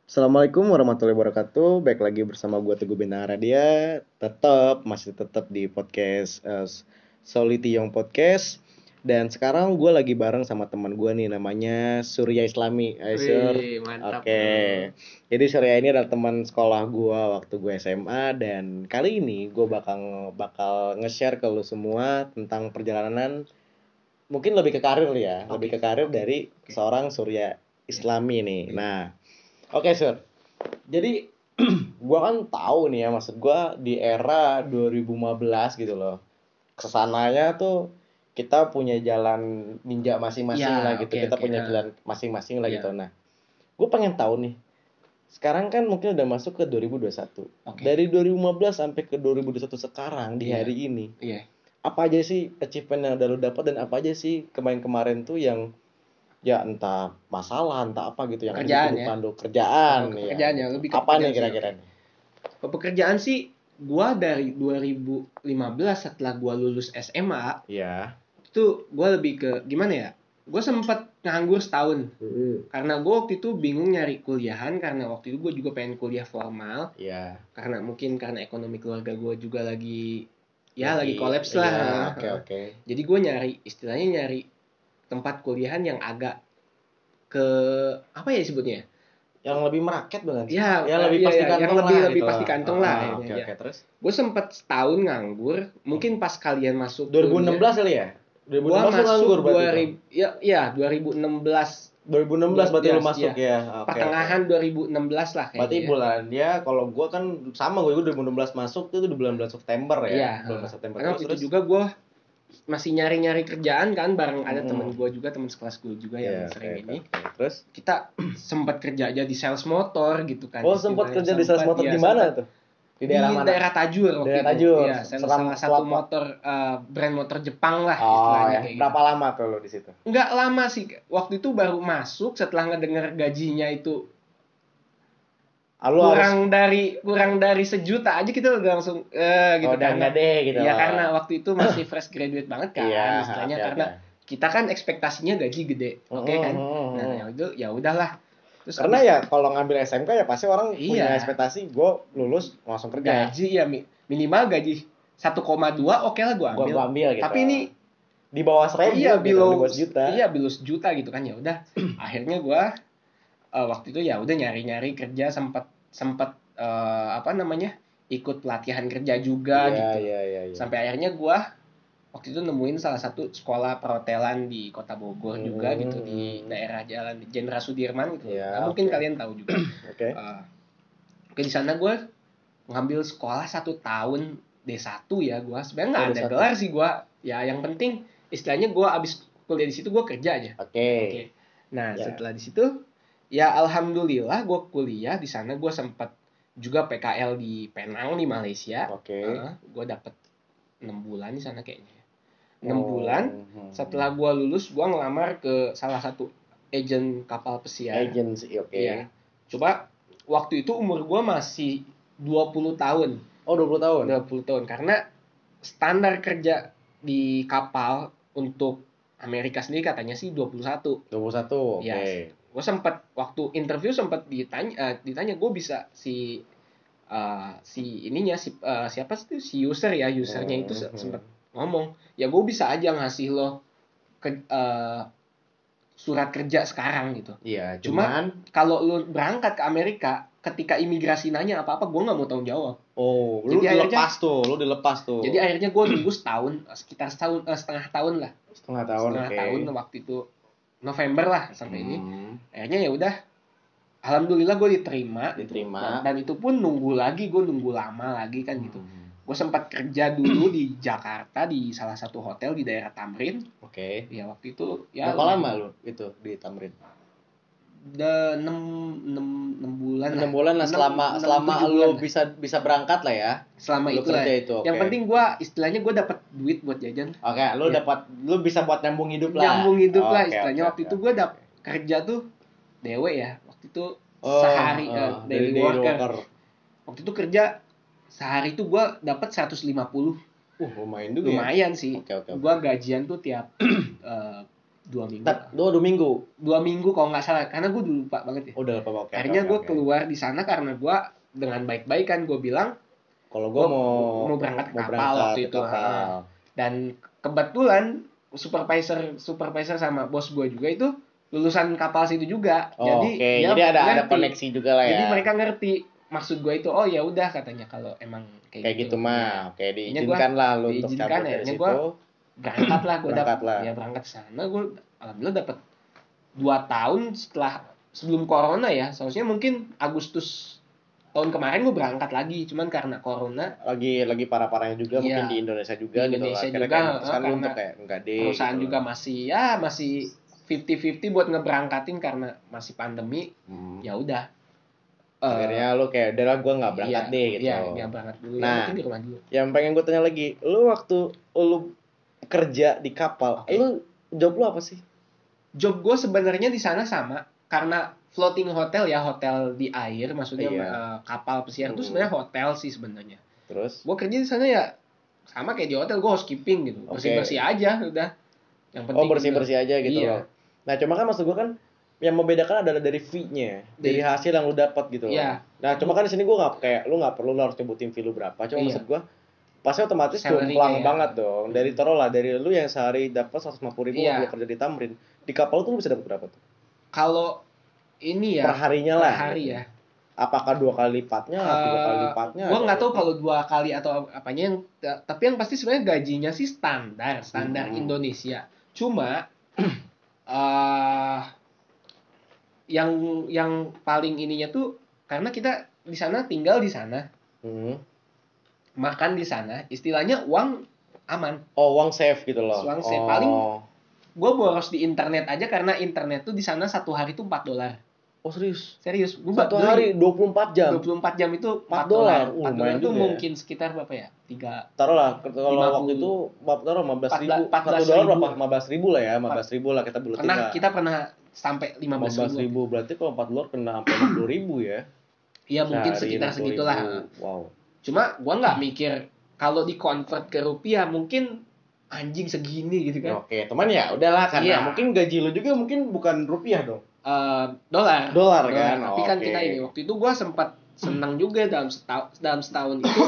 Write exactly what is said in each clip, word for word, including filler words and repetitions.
Assalamualaikum warahmatullahi wabarakatuh. Baik lagi bersama gue Teguh Bintang Aradia. Tetap masih tetap di podcast uh, Soliti Young Podcast. Dan sekarang gue lagi bareng sama teman gue nih namanya Surya Islami. Hai Sur. Wih, mantap Oke. bro. Jadi Surya ini adalah teman sekolah gue waktu gue S M A dan kali ini gue bakal bakal nge-share ke lu semua tentang perjalanan mungkin lebih ke karir ya, Oke. lebih ke karir dari Oke. seorang Surya Islami nih. Nah, oke Sur. Jadi gua kan tahu nih ya, maksud gua di era dua ribu lima belas gitu loh. Kesananya tuh kita punya jalan ninja masing-masing lah Ya, gitu. oke Kita oke. punya Ha, jalan masing-masing lah gitu. ya, Nah, gue pengen tahu nih. Sekarang kan mungkin udah masuk ke dua ribu dua puluh satu. oke. Dari dua ribu lima belas sampai ke dua ribu dua puluh satu sekarang di Iya, hari ini, iya. apa aja sih achievement yang udah lu dapat dan apa aja sih kemarin-kemarin tuh yang ya entah masalah entah apa gitu yang ada di Pekerjaan ya. kehidupan lu Oh, kerjaan ke ya pekerjaan ya, gitu. lebih ke Apa nih pekerjaan sih. kira-kira Oke. nih? Ke pekerjaan sih gua dari dua ribu lima belas setelah gua lulus S M A, Iya. itu gua lebih ke gimana ya? Gua sempat nganggur setahun. Mm-mm. Karena gua waktu itu bingung nyari kuliahan karena waktu itu gua juga pengen kuliah formal Iya. karena mungkin karena ekonomi keluarga gua juga lagi ya lagi Lagi kolaps iya, lah. oke oke. Jadi gue nyari istilahnya nyari tempat kuliahan yang agak ke apa ya sebutnya? Yang lebih merakyat bukan sih? Ya, Yang eh, lebih iya pasti ya, yang kantong lebih lah lebih gitu pasti loh. kantong lah Ah, akhirnya oke ya. oke terus Gue sempet setahun nganggur, mungkin pas kalian masuk kuliah, dua ribu enam belas kali ya? gue dua ribu enam belas lu masuk nganggur berarti dua tuh. ribu ya ya dua ribu enam belas dua ribu enam belas berarti ya, lu masuk ya, ya. Oke oke. pertengahan dua ribu enam belas lah Berarti kayaknya ya. bulan dia kalau gua kan sama gue dua ribu enam belas masuk itu di bulan-bulan September Iya, ya. Bulan eh, September karena terus waktu itu terus. juga gue masih nyari-nyari kerjaan kan bareng ada temen Mm-mm. gue juga, temen sekelas gue juga yang Iya, oke sering oke ini. oke. Terus Kita sempat kerja aja di sales motor gitu kan oh sempat istilahnya. kerja di sales Sempat motor ya di mana sempat tuh? Di di daerah mana? daerah Tajur waktu Daerah itu. Tajur. Iya, salah, Selama salah satu selama motor eh, brand motor Jepang lah oh istilahnya ya, kayak gitu. berapa lama tuh lo di situ? Nggak lama sih. Waktu itu baru masuk setelah ngedenger gajinya itu Ah, lu harus kurang dari kurang dari sejuta aja kita udah langsung eh oh, gitu udah karena enggak deh gitu ya loh. karena waktu itu masih fresh graduate banget Iya, kan istilahnya oke oke. karena kita kan ekspektasinya gaji gede, oke Mm-mm, kan? Nah, mm-mm. ya itu ya udahlah. Terus Karena abis ya kalau ngambil S M K ya pasti orang punya iya ekspektasi gue lulus langsung kerja. gaji ya mi- minimal gaji satu koma dua oke lah gua Gua ambil. gua ambil gitu. Tapi ini Di bawah seribu iya gitu, di below bawah sejuta. iya below sejuta gitu kan ya udah. Akhirnya gua eh, waktu itu ya udah nyari-nyari kerja sempat sempat eh, apa namanya? Ikut pelatihan kerja juga Iya, gitu. iya, iya, iya. Sampai akhirnya gua waktu itu nemuin salah satu sekolah perhotelan di Kota Bogor juga gitu di Hmm. daerah Jalan Jenderal Sudirman gitu. Iya, Nah, mungkin oke. kalian tahu juga. Oke. Eh, Oke di sana gue ngambil sekolah satu tahun D satu ya gue sebenarnya nggak Oh, ada D satu. gelar sih gue ya yang penting istilahnya gue abis kuliah di situ gue kerja aja. Oke. Oke nah Ya. setelah di situ ya alhamdulillah gue kuliah di sana gue sempat juga P K L di Penang di Malaysia. Oke. Uh, gue dapet enam bulan di sana kayaknya enam Oh, bulan hmm. setelah gue lulus gue ngelamar ke salah satu agen kapal pesiar. Agency, oke. Iya. Coba waktu itu umur gue masih dua puluh tahun. Oh, dua puluh tahun. dua puluh tahun karena standar kerja di kapal untuk Amerika sendiri katanya sih dua puluh satu. dua puluh satu, oke. Ya, gue sempat waktu interview sempat ditanya uh, ditanya gue bisa si uh, si ininya si uh, siapa sih si user ya usernya itu Hmm, hmm. sempat ngomong ya gue bisa aja ngasih lo ke, uh, surat kerja sekarang gitu. Iya, Cuma cuman kalau lu berangkat ke Amerika, ketika imigrasi nanya apa-apa, gue nggak mau tanggung jawab. oh, lu Jadi akhirnya- dilepas tuh, lu dilepas tuh. Jadi akhirnya gue nunggu setahun, sekitar setahun eh, setengah tahun lah, setengah tahun, setengah oke. tahun waktu itu November lah sampai ini. Hmm, Akhirnya ya udah, alhamdulillah gue diterima. diterima. Dan, dan itu pun nunggu lagi, gue nunggu lama lagi kan gitu. Hmm, Gue sempat kerja dulu di Jakarta di salah satu hotel di daerah Tamrin. Oke. Ya waktu itu ya. Berapa lama lu itu di Tamrin? Udah enam enam bulan enam bulan lah selama enam, selama tujuh lu bulan lah. bisa bisa berangkat lah ya. Selama Lu itu lah. kerja itu, oke. Yang penting gue istilahnya gue dapat duit buat jajan. Oke, lu Ya. dapat lu bisa buat nyambung hidup lah. Nyambung hidup lah Oke, istilahnya. oke, Waktu oke, itu gue oke. dap kerja tuh dewe ya. Waktu itu Oh, sehari oh, eh, dari daily daily worker. worker. Waktu itu kerja sehari itu gue dapat seratus lima puluh. Uh, lumayan juga ya. Lumayan sih. Oke, oke, oke. Gue gajian tuh tiap eh, dua minggu. Nah, dua dua minggu. Dua minggu kalau nggak salah, karena gue dulu lupa banget ya. Udah lupa oke. Akhirnya oke, gue oke. keluar di sana karena gue dengan baik-baik kan gue bilang Kalau gue mau mau berangkat ke mau kapal berangkat waktu ke itu. kapal. Dan kebetulan supervisor supervisor sama bos gue juga itu lulusan kapal situ juga. Oh, jadi oke. dia Jadi ada ada ngerti. koneksi juga lah ya. Jadi mereka ngerti maksud gue itu. Oh ya udah katanya kalau emang kayak, kayak gitu, gitu mah. Oke, Akhirnya diizinkan gua- lah lu untuk diizinkan cabut ya, dari akhirnya situ. gua berangkat lah gue Berangkat lah. ya berangkat ke sana gue alhamdulillah dapat dua tahun setelah sebelum corona ya, seharusnya mungkin Agustus tahun kemarin gue berangkat lagi, cuman karena corona Lagi lagi parah-parahnya juga Iya. mungkin di Indonesia juga Di gitu lah. Indonesia Akhirnya juga, kayak memutuskan eh, lu karena untuk kayak enggak deh. perusahaan gitu juga loh. masih ya masih fifty fifty buat ngeberangkatin karena masih pandemi. Hmm. Ya udah. Eh, Akhirnya lu kayak udah lah gue nggak berangkat iya, deh gitu. Iya, nggak berangkat dulu. Nah. Ya, mungkin di rumah dulu. Yang pengen gue tanya lagi, lu waktu lu kerja di kapal, Oke. lu job lu apa sih? Job gue sebenarnya di sana sama karena floating hotel ya, hotel di air, maksudnya Iya. eh, kapal pesiar itu Hmm. sebenarnya hotel sih sebenarnya. Terus? Gue kerja di sana ya sama kayak di hotel, gue housekeeping gitu, Oke. bersih bersih aja udah. Yang penting Oh bersih-bersih aja gitu Iya. loh. Nah cuma kan maksud gue kan yang membedakan adalah dari fee-nya, dari Dari- hasil yang lu dapat gitu loh. Iya. Nah cuma kan di sini gue nggak kayak lu nggak perlu lu harus nyebutin fee lu berapa. Cuma Iya. maksud gue pasti otomatis Salary-nya jomplang ya. banget dong. Dari taruh lah dari lu yang sehari dapat seratus lima puluh ribu Iya. lu kerja di Tamrin, di kapal tuh lu bisa dapat berapa tuh? Kalau ini ya Per harinya per lah. hari ya. Apakah dua kali lipatnya, tiga kali lipatnya? gue nggak atau- tahu kalau dua kali atau apanya yang ta- tapi yang pasti sebenarnya gajinya sih standar standar Hmm. Indonesia, cuma eh yang yang paling ininya tuh karena kita di sana tinggal di sana, Hmm. makan di sana, istilahnya uang aman. Oh uang safe gitu loh. Uang safe. Oh. Paling gue boros di internet aja karena internet tuh di sana satu hari tuh empat dolar. Oh serius? Serius, gue Satu hari dua puluh empat jam. dua puluh empat jam itu Empat empat dolar. dolar. Uh, empat dolar lumayan itu juga ya. mungkin sekitar berapa ya? tiga Taruh lah kalau lima waktu puluh. itu taruh lima belas ribu. empat belas Satu dolar ribu. berapa? lima belas ribu lah ya, lima belas ribu lah kita buletin pernah lah. kita pernah sampai lima lima belas belas ribu. ribu berarti kalau empat dolar kena sampai enam puluh ribu ya. Iya mungkin Sehari sekitar enam puluh segitulah. ribu. Wow. Cuma gua nggak mikir kalau di convert ke rupiah mungkin anjing segini gitu kan. Oke, teman ya udahlah karena Iya. mungkin gaji lu juga mungkin bukan rupiah dong. Eh, dolar. Dolar kan? Tapi kan Oke. kita ini waktu itu gua sempat senang juga dalam setahun dalam setahun itu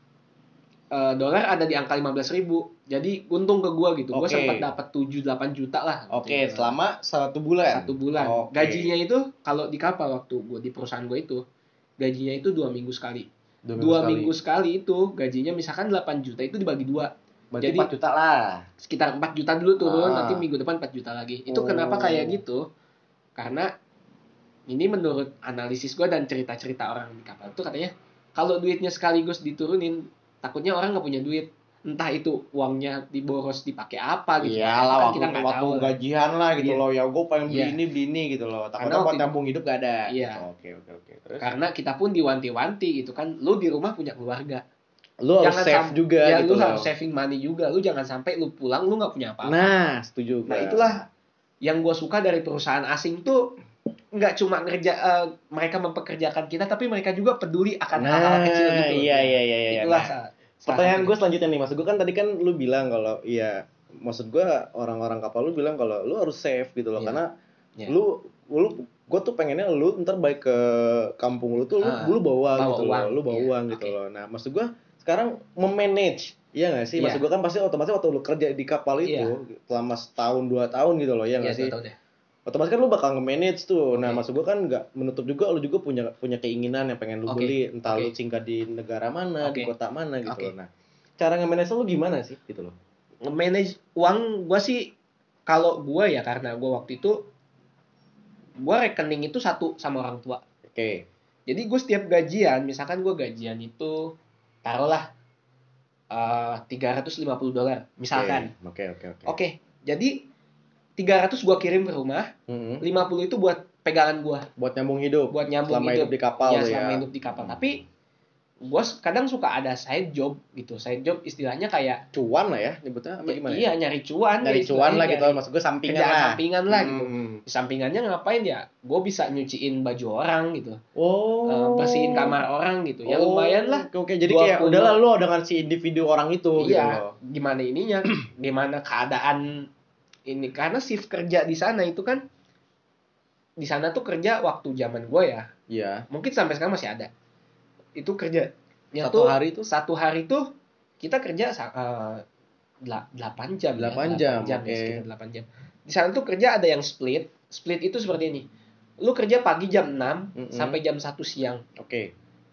eh, dolar ada di angka lima belas ribu. Jadi untung ke gua gitu. Gua Oke. sempat dapat tujuh delapan juta lah. Oke, Gitu. selama satu bulan. Satu bulan. Oke. Gajinya itu kalau di kapal waktu gua di perusahaan gua itu gajinya itu dua minggu sekali. Dua Dua sekali. minggu sekali itu gajinya misalkan delapan juta itu dibagi dua. Berarti Jadi- empat juta lah. Sekitar empat juta dulu turun, Ah. nanti minggu depan empat juta lagi. Itu Oh. kenapa kayak gitu? Karena ini menurut analisis gua dan cerita-cerita orang di kapal itu katanya kalau duitnya sekaligus diturunin, takutnya orang nggak punya duit. Entah itu uangnya diboros dipakai apa gitu. Iyalah Kan waktu kita nggak waktu tahu lah. gajian lah gitu Iya. loh. Ya gue pengen beli Iya. ini beli ini gitu loh. Karena Takutnya buat waktu- nabung hidup gak ada. Iya. Gitu. Oke oke oke. Terus Karena kita pun diwanti-wanti gitu kan, lu di rumah punya keluarga. lu harus Jangan save sam- juga ya, gitu lu loh. harus saving money juga. Lu jangan sampai lu pulang lu nggak punya apa-apa. Nah, setuju. Nah gua. itulah yang gue suka dari perusahaan asing tuh, nggak cuma ngerja eh, mereka mempekerjakan kita, tapi mereka juga peduli akan Nah, hal-hal kecil gitu. iya iya iya iya. Itulah Nah, sa- pertanyaan salah gue selanjutnya nih, maksud gue kan tadi kan lu bilang kalau iya, maksud gue orang-orang kapal lu bilang kalau lu harus save gitu loh, Iya. karena Iya. lu lu gue tuh pengennya lu ntar balik ke kampung lu tuh lu, Ah, lu bawa, bawa gitu uang. loh, lu bawa Iya, uang gitu oke. loh. Nah, maksud gue sekarang memanage, iya nggak sih? Iya. Maksud gue kan pasti otomatis waktu lu kerja di kapal itu Iya. selama setahun dua tahun gitu loh, ya Iya, nggak sih? gua tahu deh. Otomatis kan lu bakal nge-manage tuh. Nah, Oke. maksud gua kan nggak menutup juga lu juga punya punya keinginan yang pengen lu Oke. beli, entah Oke. lu singgah di negara mana, di Oke. kota mana gitu Oke. loh. Nah, cara nge-manage lu gimana sih gitu loh? Nge-manage uang gue sih, kalau gue ya karena gue waktu itu gue rekening itu satu sama orang tua. Oke. Jadi gue setiap gajian, misalkan gue gajian itu taruhlah eh, tiga ratus lima puluh dolar, misalkan. Oke, oke, oke. Oke, jadi tiga ratus gue kirim ke rumah, Mm-mm. lima puluh itu buat pegangan gue, Buat nyambung hidup. buat nyambung selama hidup, di kapal ya, lu selama ya. hidup di kapal. Tapi gue kadang suka ada side job gitu. Side job istilahnya kayak Cuan lah ya nyebutnya apa gimana iya ya? nyari cuan, Nyari ya cuan lah istilahnya, gitu, nyari maksud gua sampingan kerjaan lah. sampingan lah gitu. Hmm. Di sampingannya ngapain ya? Gue bisa nyuciin baju orang gitu, Oh. Eh, bersihin kamar orang gitu. Ya Oh, lumayan lah. Oke, jadi dua kayak puluh udahlah lu dengan si individu orang itu gitu Iya, loh. gimana ininya, gimana keadaan ini karena shift kerja di sana itu kan di sana tuh kerja waktu zaman gue ya. Iya. Mungkin sampai sekarang masih ada. Itu kerja Satu hari tuh? Satu hari tuh kita kerja uh, delapan jam delapan ya. jam, jam ya, okay. sekitar delapan jam. Di sana tuh kerja ada yang split. Split itu seperti ini. Lu kerja pagi jam enam mm-hmm. sampai jam satu siang. Oke. Okay.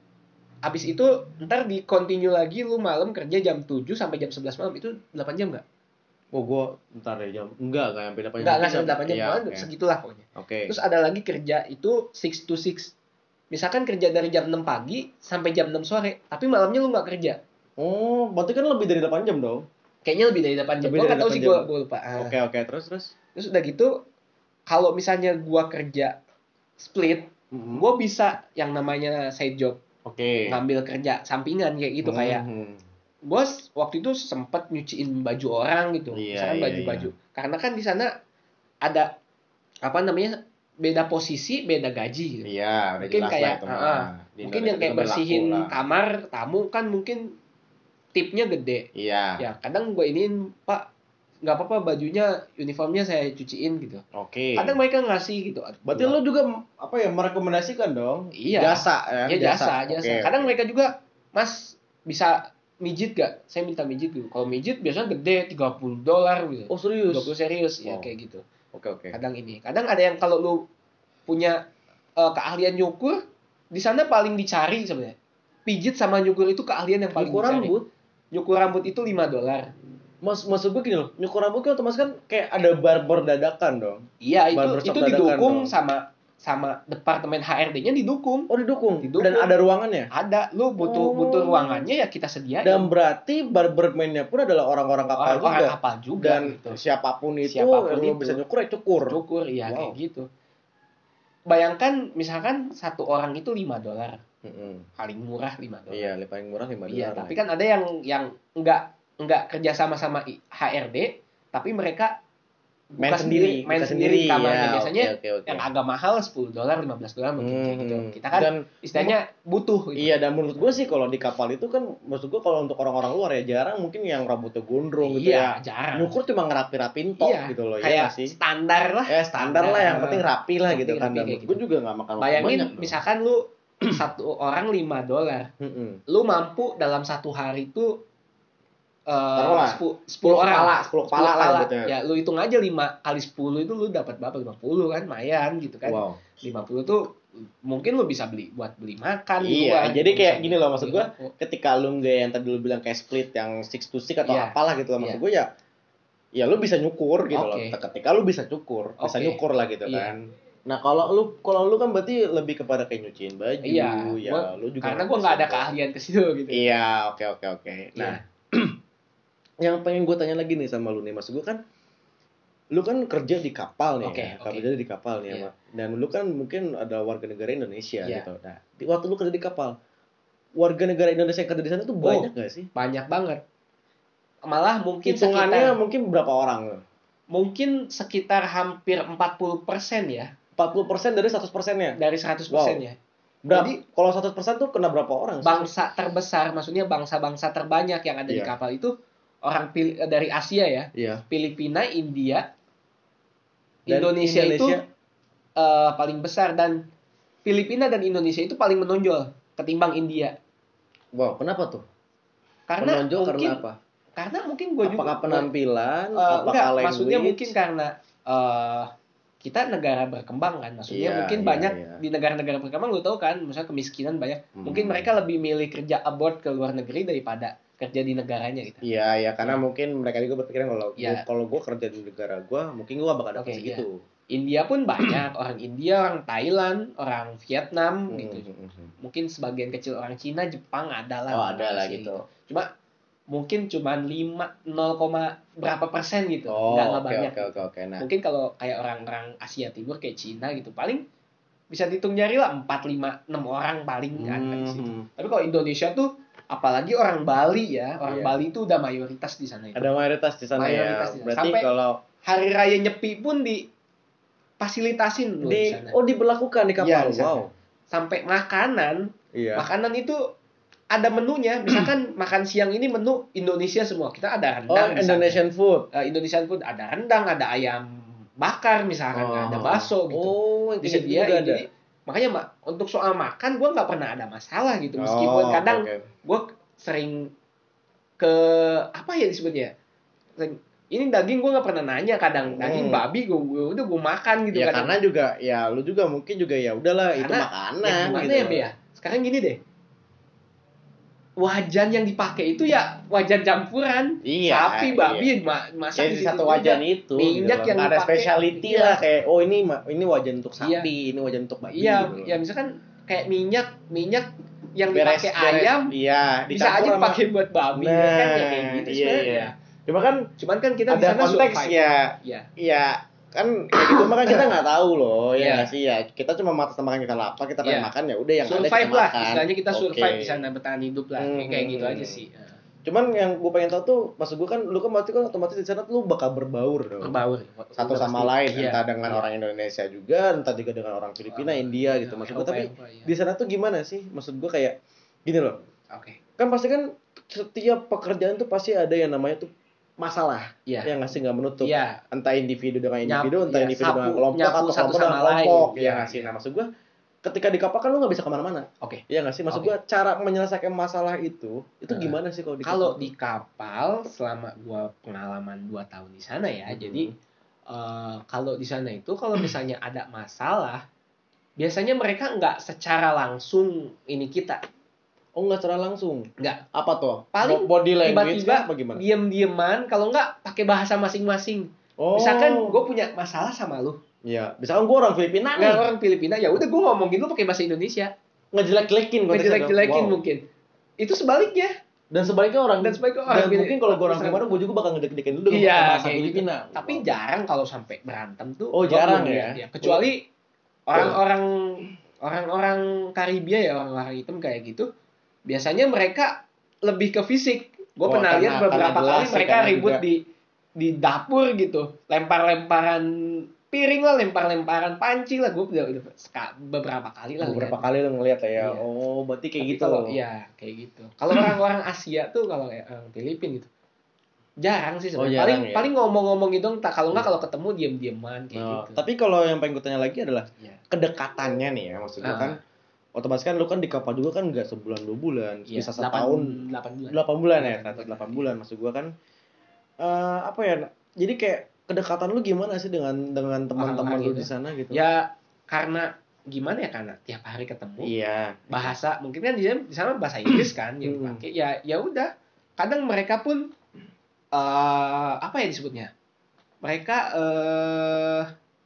Habis itu ntar di continue lagi lu malam kerja jam tujuh sampai jam sebelas malam. Itu delapan jam enggak? Oh, gue ntar ya jam enggak kayak sampai delapan jam. Enggak, enggak sampai delapan jam. Iya, okay. Segitulah pokoknya. Oke. Okay. Terus ada lagi kerja itu six to six. Misalkan kerja dari jam enam pagi sampai jam enam sore, tapi malamnya lu nggak kerja. Oh, berarti kan lebih dari delapan jam dong? Kayaknya lebih dari delapan jam. Gue nggak tahu sih, gue lupa. Oke, ah. oke, okay, okay. terus terus. Terus udah gitu, kalau misalnya gue kerja split, mm-hmm. gue bisa yang namanya side job. Oke. Okay. Ngambil kerja sampingan kayak gitu, mm-hmm. kayak gue waktu itu sempet nyuciin baju orang gitu, iya, misalkan baju-baju. Iya, iya. Karena kan di sana ada apa namanya? Beda posisi, beda gaji gitu. Iya, mungkin kayak uh, mungkin yang kayak bersihin kamar tamu kan mungkin tipnya gede. Iya. Ya, kadang gue iniin, Pak, nggak apa-apa bajunya, uniformnya saya cuciin gitu. Oke. Okay. Kadang mereka ngasih gitu. Berarti lo juga apa ya merekomendasikan dong? Iya. Jasa ya. Ya jasa, jasa. Okay, kadang okay. mereka juga, Mas bisa mijit gak? Saya minta mijit gitu. Kalau mijit biasanya gede tiga puluh dolar gitu. Oh, serius? tiga puluh serius wow. Ya kayak gitu. Oke, oke. Kadang ini. Kadang ada yang kalau lu punya uh, keahlian nyukur, di sana paling dicari sebenarnya. Pijit sama nyukur itu keahlian yang paling nyukur dicari. Rambut? Nyukur rambut itu lima dolar. Mas maksud gue gini loh, nyukur rambut kan otomatis kan kayak ada barber dadakan dong. Iya, itu itu didukung dong. sama sama departemen H R D-nya didukung. Oh, didukung. didukung. Dan ada ruangannya? Ada. Lu butuh oh. butuh ruangannya ya kita sediain. Dan berarti barberman-nya pun adalah orang-orang kapal orang, juga. Orang kapal juga. Dan gitu. siapapun itu, siapapun lu bisa nyukur ya cukur. Cukur, iya wow. Kayak gitu. Bayangkan misalkan satu orang itu lima dolar. Mm-hmm. Paling murah lima dolar. Iya, paling murah lima dolar. Iya, tapi kan ada yang yang enggak enggak kerja sama sama H R D, tapi mereka main sendiri, main sendiri kamarnya. Ya, biasanya okay, okay, okay. yang agak mahal sepuluh dolar, lima belas dolar mungkin hmm, kayak gitu. Kita kan dan, istilahnya butuh gitu. Iya, dan menurut gue sih kalau di kapal itu kan maksud gue kalau untuk orang-orang luar ya jarang mungkin yang rambutnya gondrong gitu iya, ya. Jarang. Nyukur cuma ngerapi-rapin tok iya, gitu loh kayak ya sih. Standar lah. Ya, standar, standar lah yang penting rapi lah gitu kan. Dan gitu. gue juga enggak makan bayangin banyak. Misalkan lu satu orang lima dolar. Lu mampu dalam satu hari itu Uh, sepuluh orang, sepuluh kepala lah gitu ya. Lu hitung aja lima kali sepuluh itu lu dapat berapa? lima puluh kan, lumayan gitu kan. Wow. lima puluh tuh mungkin lu bisa beli buat beli makan. Iya, gitu, jadi kayak gini loh maksud gua, ketika lu nggak yang tadi lu bilang kayak split yang six to six atau yeah. apalah gitu loh maksud yeah. gua ya ya lu bisa nyukur gitu okay. loh. Ketika lu bisa cukur, okay. bisa nyukur lah gitu yeah. kan. Nah, kalau lu kalau lu kan berarti lebih kepada kayak nyuciin baju, iya, ya gua, lu juga. Karena gua nggak ada keahlian ke situ gitu. Iya, oke oke oke. Nah, yang pengen gue tanya lagi nih sama lu nih, maksud gue kan lu kan kerja di kapal nih, okay, ya. Okay. Kerja di kapal nih, yeah. Dan lu kan mungkin ada warga negara Indonesia yeah. gitu. Nah, di waktu lu kerja di kapal, warga negara Indonesia yang kerja di sana tuh banyak oh, gak sih? Banyak banget. Malah mungkin hitungannya sekitar, mungkin berapa orang? Mungkin sekitar hampir empat puluh persen ya. empat puluh persen dari seratus persen-nya? Dari seratus persen wow. ya. Berapa, jadi kalau seratus persen tuh kena berapa orang? Bangsa terbesar, maksudnya bangsa-bangsa terbanyak yang ada yeah. di kapal itu orang pil- dari Asia ya, yeah. Filipina, India, Indonesia, Indonesia itu uh, paling besar, dan Filipina dan Indonesia itu paling menonjol ketimbang India. Wow, kenapa tuh? Karena menonjol mungkin, karena apa? Karena mungkin gue juga. Apakah penampilan? Uh, apakah enggak, language? Maksudnya mungkin karena uh, kita negara berkembang kan, maksudnya yeah, mungkin yeah, banyak yeah. di negara-negara berkembang lu tahu kan, misalnya kemiskinan banyak, hmm. mungkin mereka lebih milih kerja abroad ke luar negeri daripada kerja di negaranya gitu. Iya, ya karena ya. Mungkin mereka juga berpikiran kalau ya. kalau gue kerja di negara gue, mungkin gue bakal dapat okay, segitu. Ya. India pun banyak orang India, orang Thailand, orang Vietnam hmm, gitu. Hmm, hmm. Mungkin sebagian kecil orang Cina, Jepang ada lah. Oh, ada lah gitu. Cuma mungkin cuma lima nol, berapa persen gitu. Oh, enggak okay, banyak. Okay, okay, okay. Nah. Mungkin kalau kayak orang-orang Asia Timur kayak Cina gitu, paling bisa dihitung jari lah empat, lima, enam orang paling hmm. ada di situ. Tapi kalau Indonesia tuh apalagi orang Bali ya, orang yeah. Bali itu udah mayoritas di sana itu. Ada mayoritas di sana mayoritas ya. Di sana. Berarti sampai kalau hari raya Nyepi pun difasilitasin loh di, di sana. Oh, diberlakukan di kapal. Ya, wow. Sampai makanan, yeah. makanan itu ada menunya, misalkan makan siang ini menu Indonesia semua, kita ada Oh, rendang, misalkan. Indonesian food. Uh, Indonesian food ada rendang, ada ayam bakar misalkan, Oh. ada bakso gitu. Oh, yang kayak gitu Disediain. juga ada. Jadi makanya mak untuk soal makan gue nggak pernah ada masalah gitu, meskipun Oh, kadang oke. gue sering ke apa ya disebutnya, sering- ini daging gue nggak pernah nanya, kadang daging Hmm. babi gue udah gue makan gitu Ya kadang. karena juga ya lu juga mungkin juga ya udahlah itu Karena, makanan ya gimana gitu. ya Be ya? Sekarang gini deh. Wajan yang dipakai itu ya wajan campuran. Iya, Sapi, babi, iya. ma- masak Ya di di situ satu juga. wajan itu Minyak gitu yang loh. Nggak ada dipakai, specialty iya. lah kayak oh ini ma- ini wajan untuk Iya. sapi, ini wajan untuk babi Iya, gitu loh. ya misalkan kayak minyak, minyak yang Beres- dipakai beres- ayam iya, bisa dicampur aja sama- dipakai buat babi Nah, ya kan ya kayak gitu iya, sebenarnya. iya. Ya. Cuma kan Cuman kan kita di ada sana konteks survive. ya. Iya. Iya, kan kayak gitu mah kan kita nggak tahu loh ya Iya. nggak sih ya. Kita cuma matas makan kita lapar, kita pengen Iya. makan ya udah yang ada Survive kita lah, makan. istilahnya kita survive Oke. di sana, bertahan hidup lah. Kayak- Hmm, kayak gitu hmm, aja hmm. sih. Cuman yang gue pengen tahu tuh, maksud gue kan lu kan berarti kan otomatis di sana tuh lu bakal berbaur dong. Berbaur Satu Udah sama pasti. lain, Iya. entah dengan Iya. orang Indonesia juga, entah juga dengan orang Filipina, Ah, India iya, gitu. Maksud gue Eropa, tapi Eropa, iya. di sana tuh gimana sih? Maksud gue kayak gini loh. Oke. Kan pasti kan setiap pekerjaan tuh pasti ada yang namanya tuh masalah. Iya. Yang ngasih nggak menutup. Iya. Entah individu dengan Nyap- individu, entah iya, individu dengan sapu- kelompok nyapu atau satu kelompok dengan sama kelompok. lain. Iya Iya, nggak sih? iya. Nah maksud gue ketika di kapal kan lu nggak bisa kemana-mana. Oke. Iya nggak sih? Maksud Oke. gue cara menyelesaikan masalah itu itu Nah, gimana sih kalau di Kalau kapal di tuh? kapal selama gua pengalaman dua tahun di sana ya. Hmm. Jadi eh, kalau di sana itu kalau misalnya ada masalah, biasanya mereka nggak secara langsung ini kita. Oh nggak secara langsung. Nggak. Apa tuh? Paling body language tiba-tiba kah? Apa gimana? diem-dieman, kalau nggak pakai bahasa masing-masing. Oh. Misalkan gue punya masalah sama lu, Iya. Misalkan gue orang Filipina nih. nggak orang Filipina, ya udah gue ngomongin lu pakai bahasa Indonesia, Ngejelek-jelekin konteksnya dong. ngejelek-jelekin Wow. mungkin. Itu sebaliknya. Dan sebaliknya orang Dan sebaliknya orang dan Filip- mungkin kalau gue orang Filipina. kemarin gue juga bakal ngedek-dekin dulu dengan Iya, bahasa kayak Filipina. gitu. Tapi jarang kalau sampai berantem tuh. Oh, gua jarang belum ya? lihat Kecuali orang-orang orang-orang Karibia ya, orang-orang hitam kayak gitu. Biasanya mereka lebih ke fisik. Gue Oh, pernah karena- lihat beberapa karena jelas kali sih, mereka karena ribut juga- di di dapur gitu, lempar-lemparan piring lah, lempar-lemparan panci lah. Gue udah, udah seka- beberapa kali lah. beberapa lihat. kali lo ngeliat ya. Iya. Oh, berarti kayak Tapi gitu. Kalau ya kayak gitu. Kalau orang-orang Asia tuh kalau kayak orang Filipina gitu. Jarang sih Oh, sebenarnya. jarang paling ya? paling ngomong-ngomong gitu, entah kalau nggak kalau ketemu diam-diaman kayak Nah, gitu. tapi kalau yang pengen gue tanya lagi adalah Iya. kedekatannya nih ya, maksud gue Ah. kan otomatis kan lu kan di kapal juga kan nggak sebulan dua bulan, Iya, bisa delapan- setahun delapan bulan. delapan bulan ya, Delapan ternyata bulan. delapan bulan maksud gua kan eh apa ya? Jadi kayak kedekatan lu gimana sih dengan dengan teman-teman Orang-orang lu gitu. di sana gitu? Ya karena gimana ya, karena tiap hari ketemu. Iya. Bahasa mungkin kan di sana, di sana bahasa Inggris kan yang Hmm. dipakai. Ya ya udah. Kadang mereka pun eh apa ya disebutnya? Mereka eh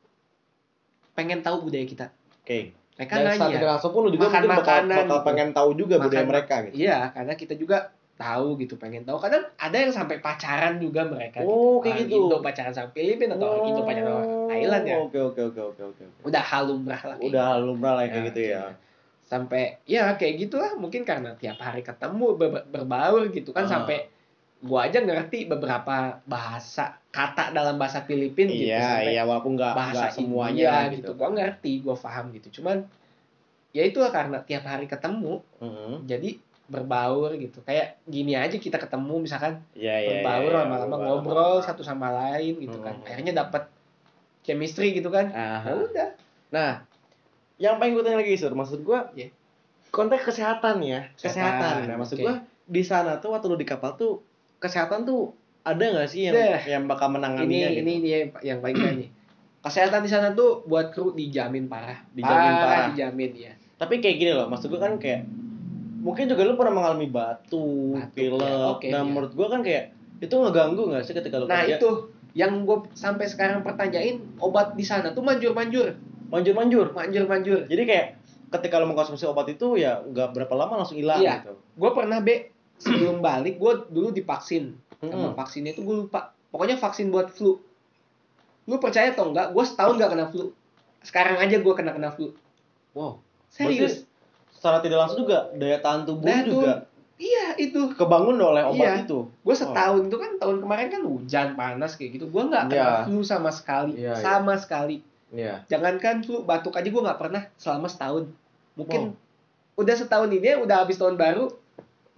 pengen tahu budaya kita. Oke. Mereka Dan saat nanya. tidak langsung pun lu juga Makan mungkin bakal, makanan bakal gitu. pengen tahu juga budaya Makan- mereka gitu. Iya, karena kita juga tahu gitu, pengen tahu. Kadang ada yang sampai pacaran juga mereka. Oh, gitu. kayak Orang gitu. Indo pacaran sama Filipina atau orang Indo pacaran sama Thailand ya. Oke oke oke oke oke. Udah halumrah lah. kayak Udah gitu. lumrah lah kayak Ya, gitu ya. Sampai ya kayak gitulah, mungkin karena tiap hari ketemu ber- berbaur gitu kan, Ah. sampai gua aja ngerti beberapa bahasa kata dalam bahasa Filipin gitu, Iya sampai iya walaupun nggak bahasa nggak semuanya India gitu. Gua ngerti, gua paham gitu. Cuman ya itu karena tiap hari ketemu, Mhm. jadi berbaur gitu. Kayak gini aja kita ketemu misalkan Iya iya. berbaur iya, lama-lama berbaur, ngobrol lama-lama. satu sama lain gitu kan. Hmm. Akhirnya dapat chemistry gitu kan. Aha. Ya udah. Nah, yang pengen gue tanya lagi, Sur, maksud gue Iya. konteks kesehatan ya, kesehatan. Kesehatan, Nah, maksud oke. gue di sana tuh waktu lu di kapal tuh kesehatan tuh ada nggak sih yang Deh. yang bakal Ini menanganinya gitu? ini dia yang paling keren nih. Kesehatan di sana tuh buat kru dijamin parah. Dijamin parah. Dijamin ya. Tapi kayak gini loh, maksud gue kan kayak mungkin juga lu pernah mengalami batuk, Batuk, pilek. ya, oke, nah, iya. menurut gue kan kayak itu ngeganggu nggak sih ketika lu Nah kerja? itu yang gue sampai sekarang pertanyain, obat di sana tuh manjur-manjur, Manjur-manjur. manjur-manjur. Jadi kayak ketika lu mengkonsumsi obat itu ya nggak berapa lama langsung hilang Iya. gitu. Gue pernah be sebelum balik gue dulu divaksin. Sama Mm-mm. vaksinnya itu gue lupa. Pokoknya vaksin buat flu. Lu percaya atau enggak? Gue setahun gak kena flu. Sekarang aja gue kena kena flu. Wow. Serius? Secara tidak langsung juga daya tahan tubuh Daya lu juga Iya itu. kebangun oleh obat Iya. itu. Gue setahun itu kan, tahun kemarin kan hujan panas kayak gitu. Gue nggak kena Iya. flu sama sekali, Iya, iya. sama sekali. Iya. Jangankan flu, batuk aja gue nggak pernah selama setahun. Mungkin Wow. udah setahun ini, udah habis tahun baru,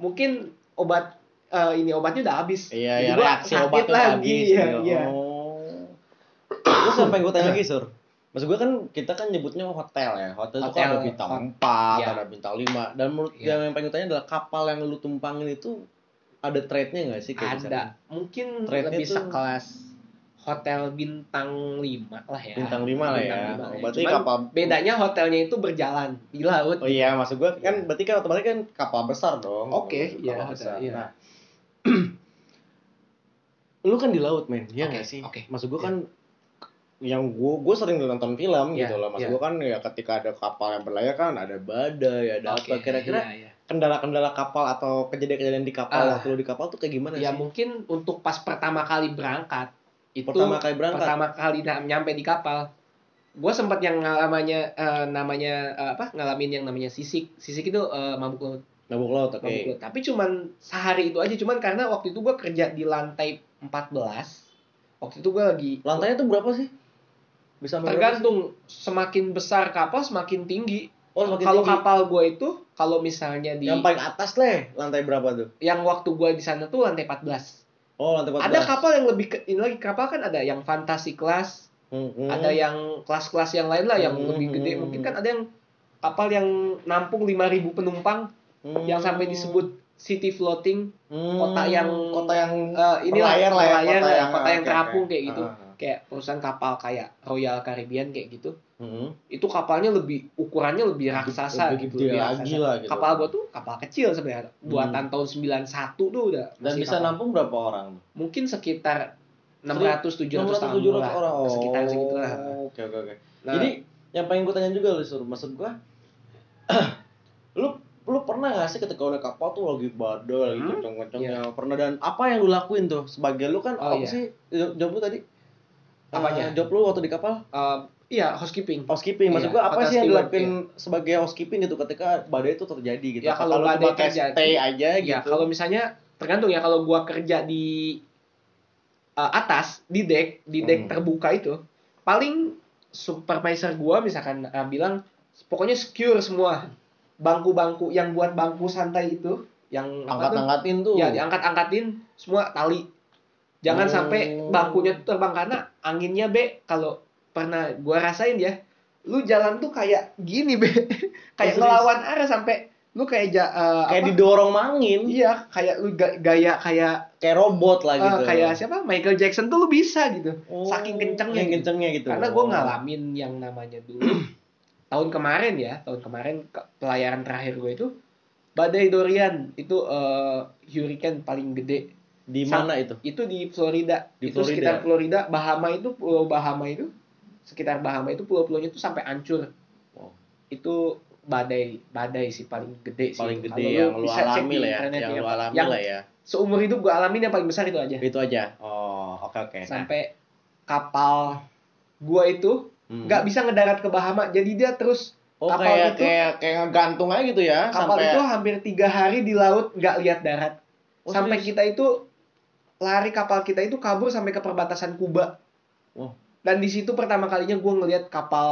mungkin obat eh, ini obatnya udah habis. Iya, Jadi ya gua reaksi sakit obatnya lagi. habis. Iya, gitu. iya. Oh. Terus sampai gue tanya lagi, Sur. Maksud gue kan kita kan nyebutnya hotel ya. Hotel, itu kan Hotel, ada bintang hot- empat, iya. ada bintang lima. Dan menurut Iya. yang pengen gue tanya adalah kapal yang lu tumpangin itu ada trade-nya nggak sih? Kayak misalnya? Ada. Mungkin Trade-nya lebih tuh- sekelas hotel bintang lima lah ya. Bintang lima lah Bintang ya. lima Oh, ya. berarti Cuman kapal- bedanya hotelnya itu berjalan di laut. Oh iya, maksud gue kan Iya. berarti kan otomatis kan kapal besar dong. Oke, Kapal iya, besar. iya. Nah, lu kan di laut, men. Iya Oke, nggak sih? oke. Maksud gue Iya. kan yang gue gue sering nonton film Iya, gitu loh. Maksud iya. gue kan ya ketika ada kapal yang berlayar kan ada badai, ada Oke, apa. Kira-kira iya, iya. kendala-kendala kapal atau kejadian-kejadian di kapal Ah. waktu lu di kapal tuh kayak gimana Ya sih? mungkin untuk pas pertama kali berangkat itu Pertama kali berangkat? pertama kali na- nyampe di kapal, gue sempat yang ngalamannya eh, namanya eh, apa ngalamin yang namanya sisik. Sisik itu eh, mabuk laut. Mabuk laut, oke. Mabuk laut. Tapi cuman sehari itu aja, cuman karena waktu itu gue kerja di lantai empat belas. Waktu itu gue lagi Lantainya tuh berapa sih? Bisa sampai berapa sih? tergantung semakin besar kapal semakin tinggi. Oh, semakin Kalau tinggi. kapal gue itu kalau misalnya di Yang paling atas leh, lantai berapa tuh? yang waktu gue di sana tuh lantai empat belas. Oh, lantai empat belas. Ada kapal yang lebih ke, ini lagi kapal kan ada yang fantasi kelas, Hmm, hmm. ada yang kelas-kelas yang lain lah yang Hmm, lebih gede. hmm. Mungkin kan ada yang kapal yang nampung lima ribu penumpang Hmm. yang sampai disebut city floating, Hmm, kota yang kota yang eh, inilah berlayar lah ya, berlayar, kota ya, yang- kota yang oke, terapung oke. kayak gitu. Ah. Kayak perusahaan kapal kayak Royal Caribbean kayak gitu. Hmm. Itu kapalnya lebih ukurannya lebih raksasa lebih gitu, gede lebih lagi raksasa. lah gitu. Kapal gua tuh kapal kecil sebenarnya. Buatan tahun sembilan puluh satu tuh udah Dan masih bisa kapal. nampung berapa orang? Mungkin sekitar enam ratus tujuh ratus enam ratus tujuh ratus tamu lah. orang. Oh, Sekitar segitu lah. Oke, oke, oke. Nah, Jadi yang pengen gue tanya juga lu Sur, maksud gue lu lu pernah gak sih ketika udah kapal tuh lagi badai, lagi Hmm? kenceng-kencengnya, pernah, dan apa yang lu lakuin tuh sebagai lu kan Oh, apa iya. sih job job lu tadi? Apanya? Eh, job lu waktu di kapal? eh, iya housekeeping. Housekeeping, maksud Iya, gua apa hotel sih yang steward, dilakuin sebagai housekeeping gitu ketika badai itu terjadi gitu? Ya, Apa kalau lu badai cuma kayak terjadi, stay aja Ya gitu? kalau misalnya tergantung ya, kalau gua kerja di eh, atas di deck di deck Hmm. terbuka itu, paling supervisor gua misalkan eh, bilang pokoknya secure semua bangku-bangku yang buat bangku santai itu, yang apa tuh? angkat-angkatin tuh. Ya diangkat-angkatin semua tali. Jangan Oh. sampai bangkunya tuh terbang karena anginnya be kalau pernah gua rasain ya, lu jalan tuh kayak gini be, kayak serius? ngelawan arah sampai lu kayak ja, eh, kayak apa? didorong angin, Iya, kayak lu ga- gaya kayak kayak robot lah eh, gitu. kayak siapa? Michael Jackson tuh lu bisa gitu. Oh, Saking kencengnya saking gitu. kencengnya gitu. Karena gua Oh. ngalamin yang namanya dulu tahun kemarin ya, tahun kemarin ke- pelayaran terakhir gue itu badai Dorian itu eh, hurricane paling gede. Di Sa- mana itu? Itu di Florida. Di itu Florida. sekitar Florida, Bahama itu pulau Bahama itu sekitar Bahama itu pulau-pulaunya itu sampai hancur. Wow. Itu badai badai sih paling gede sih. Paling itu. gede Kalau yang lu bisa cek alami di lah ya, internet yang ya, lu Pak. alami Yang lah ya. seumur hidup gue alamin yang paling besar itu aja. Itu aja. Oh, oke oke. Nah, Sampai kapal gua itu hmm. nggak bisa ngedarat ke Bahama, jadi dia terus Oh, kapal kayak itu kayak kayak ngegantung aja gitu ya kapal sampai itu hampir tiga hari di laut nggak lihat darat. Oh, Sampai serius? kita itu lari kapal kita itu kabur sampai ke perbatasan Kuba. Wow. Dan di situ pertama kalinya gue ngelihat kapal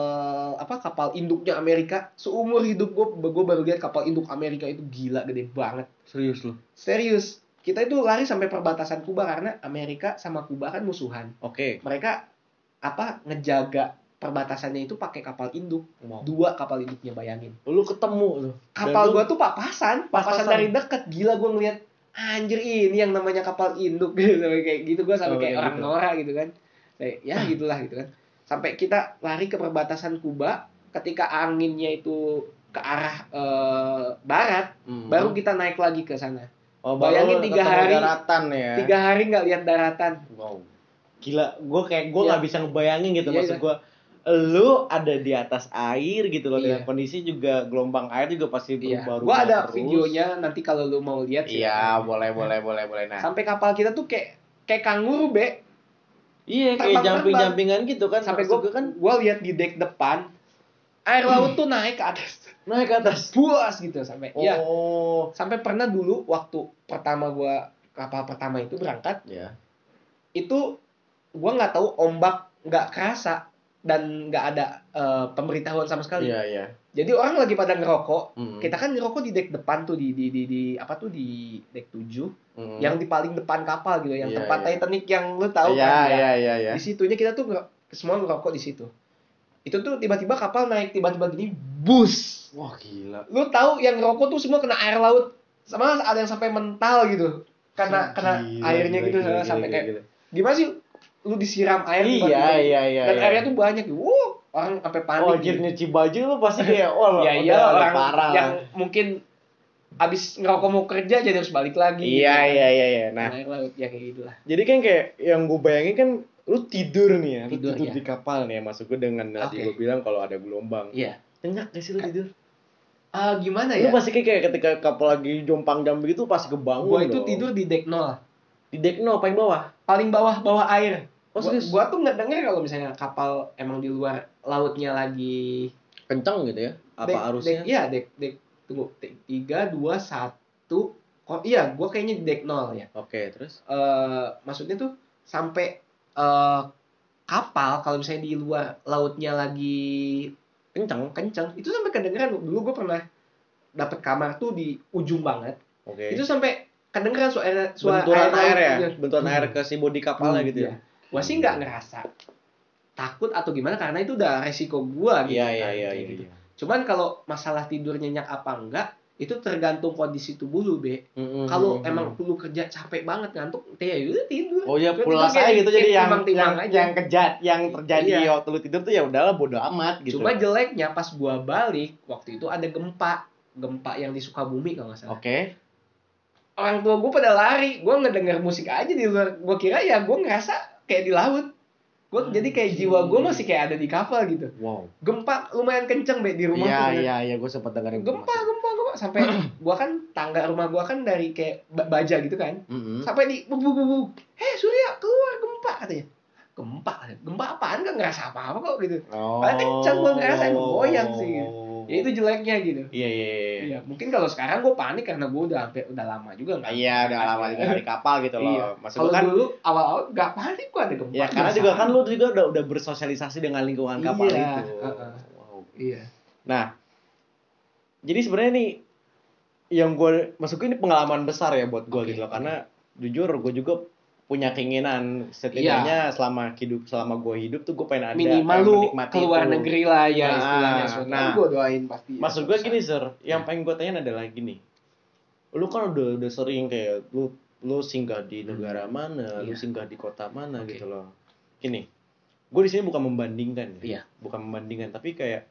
apa kapal induknya Amerika. Seumur hidup gue gue baru lihat kapal induk Amerika itu gila gede banget. serius lu. Serius. Kita itu lari sampai perbatasan Kuba karena Amerika sama Kuba kan musuhan. Oke. Mereka apa ngejaga perbatasannya itu pakai kapal induk. Wow. Dua kapal induknya, bayangin. Lu ketemu tuh. Kapal Dan lu- gua tuh papasan, papasan Papasan. dari deket. Gila gua ngeliat, anjir ini yang namanya kapal induk gitu. Sampai kayak gitu gua sampai Oh, kayak kayak orang gitu. norak gitu kan. Kayak ya gitulah gitu kan. Sampai kita lari ke perbatasan Kuba, ketika anginnya itu ke arah eh, barat, Hmm. baru kita naik lagi ke sana. Oh, bayangin baru tiga ketemu hari- daratan ya. Tiga hari nggak lihat daratan. Wow. Gila, gue kayak gue Iya. nggak bisa ngebayangin gitu. Iya, Maksud iya. gue, lu ada di atas air gitu loh, dengan Iya. kondisi juga gelombang air juga pasti Iya. berubah-ubah Gua ada terus. videonya nanti kalau lu mau lihat sih. Iya, boleh boleh boleh boleh. Nah, Sampai kapal kita tuh kayak kayak kanguru be. iya kayak terbang-terbang. jumping-jumpingan gitu kan. Sampai Maksud gua gua kan gua lihat di deck depan air laut tuh naik ke atas. naik ke atas. Buas gitu sampai. Oh. Ya, sampai pernah dulu waktu pertama gua kapal pertama itu berangkat, Ya. itu gua nggak tahu ombak nggak kerasa. dan nggak ada uh, pemberitahuan sama sekali. Iya, iya. Jadi orang lagi pada ngerokok, Mm-mm. kita kan ngerokok di dek depan tuh di di di, di apa tuh di dek tujuh, Mm-mm. yang di paling depan kapal gitu, yang Iya, tempat iya. Titanic yang lu tahu Iya, kan ya. iya, iya, iya. Di situnya kita tuh ngero- semua ngerokok di situ. Itu tuh tiba-tiba kapal naik tiba-tiba gini, bus. Wah, gila. Lu tahu yang ngerokok tuh semua kena air laut, sama ada yang sampai mental gitu. Karena Gila, kena airnya gila, gitu gila, sampai gila, kayak gila. gimana sih lu disiram air Iya, tiba-tiba. iya, iya, Dan iya. airnya tuh banyak gitu. Wuh, orang sampai panik. Oh, gitu. anjir nyuci baju lu pasti kayak oh, Ya udah- iya udah orang parah yang lah. mungkin abis ngerokok mau kerja jadi harus balik lagi. Iya, gitu. iya, iya, iya. Nah, Nah, air laut ya kayak gitulah. jadi kan kayak yang gue bayangin kan lu tidur nih ya, lu Tidur, tidur ya. di kapal nih ya, maksud gue dengan tadi Oke. gue bilang kalau ada gelombang. Iya. Nyenyak gak sih lu tidur? Ah gimana Lu ya? pasti kayak kayak ketika kapal lagi jompang jambing itu pasti kebangun. Gua itu dong. tidur di deck nol. Di deck no paling bawah. Paling bawah bawah air. Oh, Gua, serius? gua tuh nggak denger kalau misalnya kapal emang di luar lautnya lagi Kencang gitu ya? Apa dek, arusnya? Dek, iya, dek dek tunggu, dek tiga dua satu. Oh iya, gua kayaknya di dek nol ya. Oke, terus? Eh maksudnya tuh sampai eh kapal kalau misalnya di luar lautnya lagi Kencang. kenceng, itu sampai kedengeran. Dulu gue pernah dapet kamar tuh di ujung banget. Oke. Itu sampai kedengeran suara suara Benturan air, ya? lautnya. Benturan Hmm. air ke si bodi kapalnya gitu ya? Gue sih nggak ngerasa takut atau gimana karena itu udah resiko gue gitu. Iya, kan, iya, iya, kayak iya. gitu. iya. Cuman kalau masalah tidur nyenyak apa enggak, itu tergantung kondisi tubuh lu, Be. Mm-mm. Kalau emang lu kerja capek banget ngantuk, ya udah tidur. Oh ya Lu pulas tidur aja kayak- gitu jadi kayak yang timang-timang yang, aja. yang kejat yang terjadi Iya. waktu lu tidur tuh ya udahlah bodo amat gitu. Cuma jeleknya pas gua balik waktu itu ada gempa, gempa yang di Sukabumi kalau nggak salah. Oke. Orang tua gua pada lari, gua ngedenger musik aja di luar. Gua kira ya gua ngerasa kayak di laut. Gua jadi kayak Anjir. jiwa gua masih kayak ada di kapal gitu. Wow. Gempa lumayan kenceng Be di rumah Iya tuh. iya iya gue sempat dengerin Gempa, gempa, gempa sampai gua kan tangga rumah gua kan dari kayak ba- baja gitu kan. Mm-mm. Sampai di buk buk buk, buk. "Heh, Surya, keluar gempa," katanya. Gempa, gempa apaan? Gak ngerasa apa-apa kok gitu. Oh. Paling kenceng gua ngerasa emang goyang sih. Gitu. Ya itu jeleknya gitu. Iya iya iya. Iya, mungkin kalau sekarang gue panik karena gue udah sampai udah lama juga nggak. Iya udah lama juga di kapal gitu loh. Iya. Maksud Kalau gua kan dulu awal-awal nggak panik gue ada gempa. ya karena juga kan lu juga udah udah bersosialisasi dengan lingkungan kapal Iya, itu. uh-uh. Wow. Iya. Nah, jadi sebenarnya nih yang gue maksud gue ini pengalaman besar ya buat gue Oke, gitu loh oke. karena jujur gue juga punya keinginan setidaknya selama hidup selama gue hidup tuh gue pengen ada Minimal pengen lu menikmati keluar itu. negeri lah ya Nah, istilahnya. Suatu nah. gue doain pasti. ya, Maksud gue suatu gini saat. sir, yang Ya. pengen gue tanya adalah gini, lu kan udah udah sering kayak lu lu singgah di negara mana, lu Iya. singgah di kota mana Oke. gitu loh. Gini, gue di sini bukan membandingkan, ya. Iya. bukan membandingkan, tapi kayak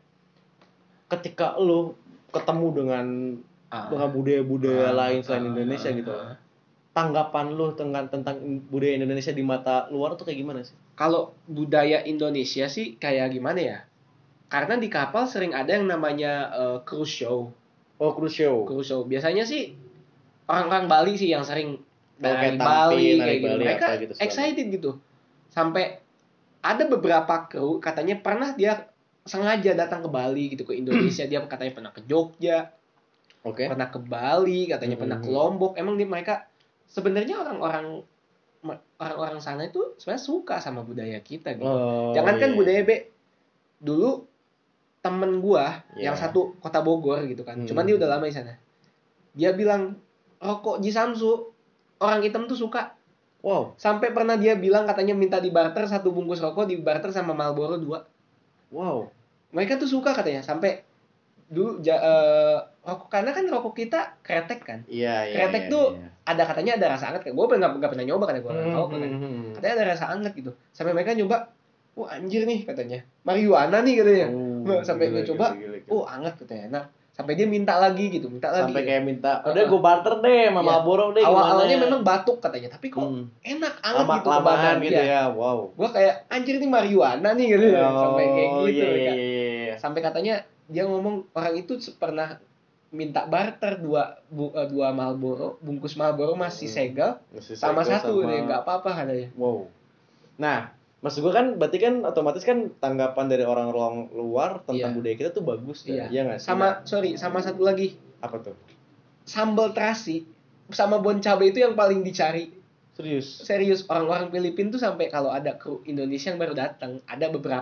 ketika lu ketemu dengan Ah. dengan budaya-budaya Ah, lain selain ah, Indonesia ah, gitu, ah. tanggapan lu tentang tentang budaya Indonesia di mata luar tuh kayak gimana sih? Kalau budaya Indonesia sih kayak gimana ya? Karena di kapal sering ada yang namanya eh, cruise show. Oh, cruise show. Cruise show. Biasanya sih orang-orang Bali sih yang sering dari kayak Bali Tampin, dari kayak gitu. Bali, Mereka apa gitu segala excited gitu. Sampai ada beberapa kru katanya pernah dia sengaja datang ke Bali gitu ke Indonesia. Dia katanya pernah ke Jogja, Oke. pernah ke Bali, katanya pernah ke Hmm. Lombok. Emang dia mereka sebenarnya orang-orang orang-orang sana itu sebenarnya suka sama budaya kita gitu. Oh, Jangankan iya. budaya B. Dulu temen gua Iya. yang satu kota Bogor gitu kan. Hmm. Cuman dia udah lama di sana. Dia bilang rokok Jisamsu orang hitam tuh suka. Wow, Sampai pernah dia bilang katanya minta di barter satu bungkus rokok di barter sama Marlboro dua. wow. Mereka tuh suka katanya sampai dulu ja, eh, rokok karena kan rokok kita kretek kan. Iya, iya. Kretek iya, tuh iya. ada katanya ada rasa anget. Gue nggak nggak pernah nyoba karena gue nggak tahu Hmm, katanya. hmm, hmm. Katanya ada rasa anget gitu. Sampai mereka nyoba, wah anjir nih katanya. Marijuana nih katanya. Oh, Nah, sampai gila, gue coba, gila, gila, gila. oh anget katanya. Nah, sampai dia minta lagi gitu, minta lagi. Sampai gitu. kayak minta, Uh-uh. udah gue barter deh sama Iya. Marlboro deh Awal-awalnya gimana?" memang batuk katanya, tapi kok Hmm. enak anget Lama gitu ke kelamaan badan. gitu Iya. ya, wow. Gue kayak anjir nih marijuana nih gitu. Sampai kayak Oh, gitu. iya, mereka. iya, iya, iya. Sampai katanya dia ngomong orang itu pernah minta barter dua bu, eh, dua Marlboro, bungkus Marlboro masih Hmm. segel Masih sama segel satu sama- ya nggak apa-apa katanya. Wow. Nah, maksud gue kan berarti kan otomatis kan tanggapan dari orang-orang luar tentang Iya. budaya kita tuh bagus Iya. ya, iya nggak sih? Sama sorry, sama satu lagi Apa tuh? sambal terasi sama bon cabai itu yang paling dicari. Serius? Serius orang-orang Filipina tuh sampai kalau ada kru Indonesia yang baru datang, ada beberapa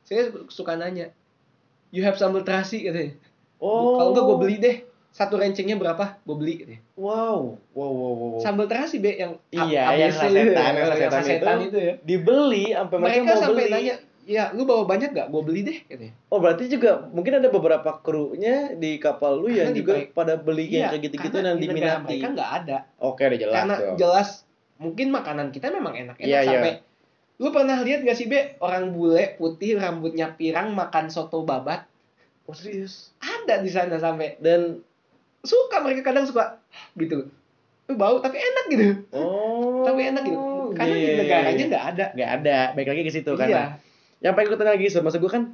saya suka nanya, you have sambal terasi katanya. Oh. Kalau enggak gue beli deh. Satu rencengnya berapa? Gue beli katanya. Wow, wow, wow, wow. Sambal terasi be yang iya, A B C yang sasetan, itu, yang yang sasetan, sasetan itu, itu ya. Dibeli sampai mereka, Mereka mau sampai beli. nanya, ya lu bawa banyak gak? Gue beli deh katanya. Oh berarti juga mungkin ada beberapa krunya di kapal lu yang Karena juga di- pada beli Iya, yang kayak gitu-gitu karena dan di negara diminati. mereka nggak ada. Oke, udah jelas Karena dong. jelas mungkin makanan kita memang enak-enak Iya, sampai iya. lu pernah lihat gak sih be orang bule putih rambutnya pirang makan soto babat? Oh serius? Ada di sana sampai. Dan Suka mereka kadang suka gitu. Lu bau tapi enak gitu. oh, Tapi enak gitu. Karena di iya, negaranya iya. nggak ada. Nggak ada. Baik lagi ke situ kan. Iya. Nah, yang pengen gue tanya lagi, Sur, maksud gue kan,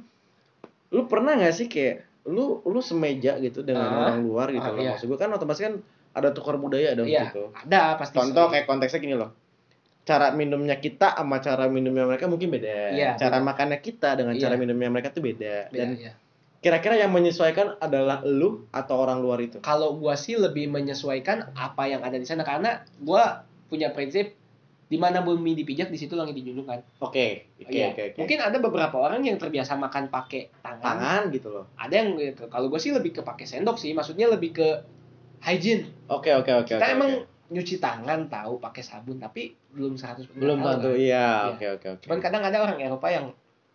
lu pernah nggak sih kayak lu lu semeja gitu dengan Ah, orang luar gitu ah, loh. iya. Maksud gue kan otomatis kan ada tukar budaya dong Iya, gitu. ada pasti. Contoh sih. kayak konteksnya gini loh. Cara minumnya kita sama cara minumnya mereka mungkin beda. Iya, Cara beda. makannya kita dengan Iya. cara minumnya mereka tuh beda. Beda, Dan iya. kira-kira yang menyesuaikan adalah lu atau orang luar itu? Kalau gua sih lebih menyesuaikan apa yang ada di sana karena gua punya prinsip di mana bumi dipijak di situ langit dijunjungkan. Oke, oke, Iya. oke, oke. Mungkin ada beberapa orang yang terbiasa makan pakai tangan. Tangan gitu loh. Ada yang gitu. Kalau gue sih lebih ke pakai sendok sih, maksudnya lebih ke hygiene. Oke, oke, oke, Kita oke, emang oke. nyuci tangan tahu pakai sabun tapi belum seratus persen Belum tahu tentu, kan. iya, Iya. oke, oke, oke. Cuman kadang ada orang Eropa yang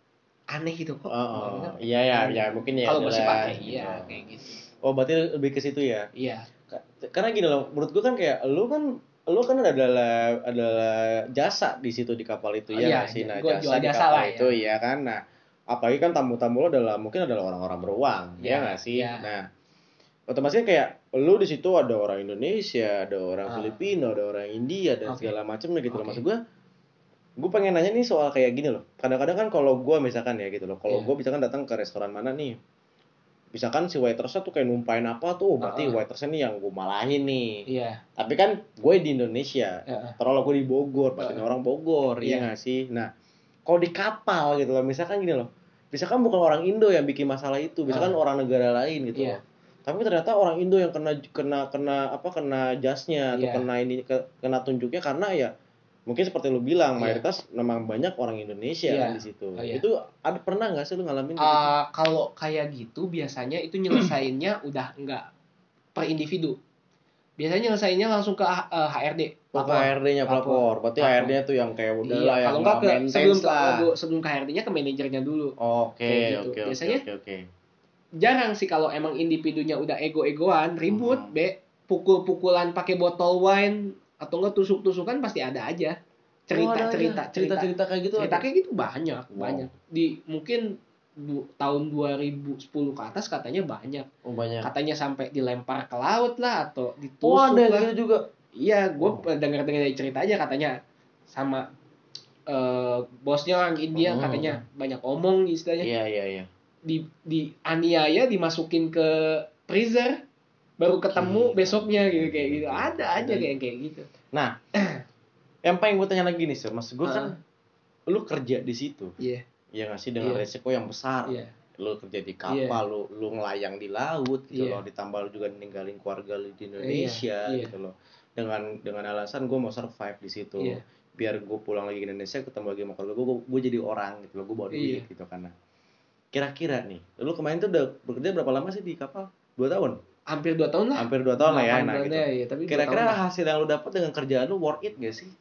aneh gitu kok. Oh, oh, Ngomongnya iya ya, ya mungkin ya. Kalau gue sih adalah- pakai iya kayak gitu. Oh, berarti lebih ke situ ya. Iya. Ka- Karena gini loh, menurut gua kan kayak lu kan lu kan adalah adalah jasa di situ di kapal itu Oh, ya iya, nggak sih. iya. Nah, Gua jasa jual di jasa kapal lah, itu ya kan. Nah, apalagi kan tamu-tamu lo adalah mungkin adalah orang-orang beruang, ya Iya, nggak sih? iya. Nah, otomatis kan kayak lu di situ ada orang Indonesia, ada orang Ah. Filipino, ada orang India dan Oke. segala macamnya gitu loh. Oke. Maksud gua gue pengen nanya nih soal kayak gini loh. Kadang-kadang kan kalau gue misalkan ya gitu loh, kalau Iya. gue misalkan datang ke restoran mana nih, misalkan si waitersnya tuh kayak numpain apa tuh, berarti Uh-uh. waitersnya nih yang gue malahin nih. Iya. Tapi kan gue di Indonesia, Heeh. taruhlah gue di Bogor, pasti Uh-uh. orang Bogor, iya Iya. nggak sih? Nah, kalau di kapal gitu loh, misalkan gini loh, misalkan bukan orang Indo yang bikin masalah itu, misalkan Uh. orang negara lain gitu Iya. loh. Tapi ternyata orang Indo yang kena kena kena apa kena jasnya atau Iya. kena ini ke- kena tunjuknya karena ya mungkin seperti lu bilang Iya. mayoritas memang banyak orang Indonesia Iya. kan di situ. Oh, iya. Itu ada pernah nggak sih lu ngalamin gitu? Uh, kalau kayak gitu biasanya itu nyelesainnya udah enggak per individu. Biasanya nyelesainnya langsung ke uh, H R D. Oh, ke H R D-nya pelapor. Berarti H R D-nya tuh yang kayak udah Iya, lah yang kalau enggak ke maintenance sebelum lah. ke sebelum ke H R D-nya ke manajernya dulu. Oke, Kayak gitu. oke, oke, Biasanya- oke, oke. Jarang sih kalau emang individunya udah ego-egoan, ribut, Hmm. be, pukul-pukulan pakai botol wine atau enggak tusuk-tusukan pasti ada aja. Oh, ada aja. Cerita-cerita, cerita, cerita-cerita kayak gitu. cerita ada? kayak gitu banyak, Wow. banyak. Di mungkin du, tahun dua ribu sepuluh ke atas katanya banyak. Oh, banyak. Katanya sampai dilempar ke laut lah atau ditusuk Oh, ada lah. gitu juga. Iya, gue Oh. dengar-dengar dari cerita aja katanya sama eh, bosnya orang India Oh. katanya banyak omong istilahnya. Iya, iya, iya. Di di aniaya dimasukin ke freezer baru ketemu Gila. besoknya gitu kayak gitu. Ada aja kayak kayak gitu. Nah, yang pengen gue tanya lagi nih, Sir. Maksud gue kan lu kerja di situ. Iya. Ya nggak sih dengan Iya. resiko yang besar. Iya. Lu kerja di kapal, lu lu ngelayang di laut gitu Iya. loh, ditambah lu juga ninggalin keluarga lu di Indonesia Iya, iya. gitu loh. Dengan dengan alasan gue mau survive di situ. Iya. Biar gue pulang lagi ke Indonesia ketemu lagi sama keluarga gue, gue jadi orang gitu loh, gue bawa duit Iya. gitu karena. Kira-kira nih, lu kemarin tuh udah bekerja berapa lama sih di kapal? Dua tahun? Hampir dua tahun lah. Hampir dua tahun lah ya, Delapan nah bulan gitu. ya, iya, tapi dua Kira-kira tahun lah. hasil yang lu dapat dengan kerjaan lu worth it gak sih?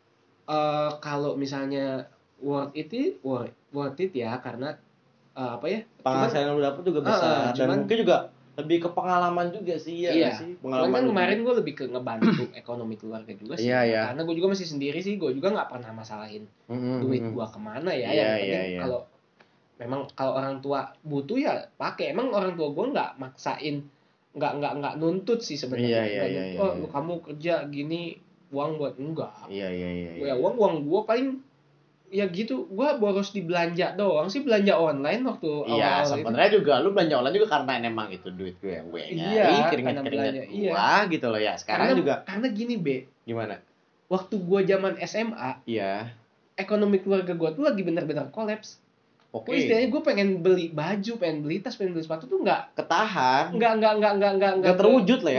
Eh, kalau misalnya worth it i- worth, worth it ya karena eh, apa ya? Cuman- Penghasilan yang lu dapat juga Ah, besar dan cuman- mungkin juga lebih ke pengalaman juga sih ya Iya. sih? Cuman Pengalaman kan lu. kemarin gue lebih ke ngebantu ekonomi keluarga juga sih. Iya, iya. Karena gue juga masih sendiri sih, gue juga nggak pernah masalahin Mm-mm, duit mm-mm. gue kemana ya. Iya, Yang iya, penting iya. kalau memang kalau orang tua butuh ya pakai. Emang orang tua gue nggak maksain, nggak nggak nggak nuntut sih sebenarnya. Iya, iya, Nggak iya, nuntut, iya, oh iya. lu kamu kerja gini uang buat enggak. Iya, iya, iya. Ya uang uang gue paling ya gitu. Gue boros di belanja doang sih, belanja online waktu Iya, awal-awal itu. sebenarnya juga lu belanja online juga karena memang itu duit gue yang gue nyari, Iya, karena keringet-keringet belanja, gua iya. gitu loh ya. Sekarang Karena juga karena gini be, gimana? waktu gue zaman S M A Iya. ekonomi keluarga gue tuh lagi benar-benar kolaps. Oke. Gue istilahnya gue pengen beli baju, pengen beli tas, pengen beli sepatu tuh nggak Ketahan. nggak nggak nggak nggak nggak Nggak terwujud lah ya. nggak terwujud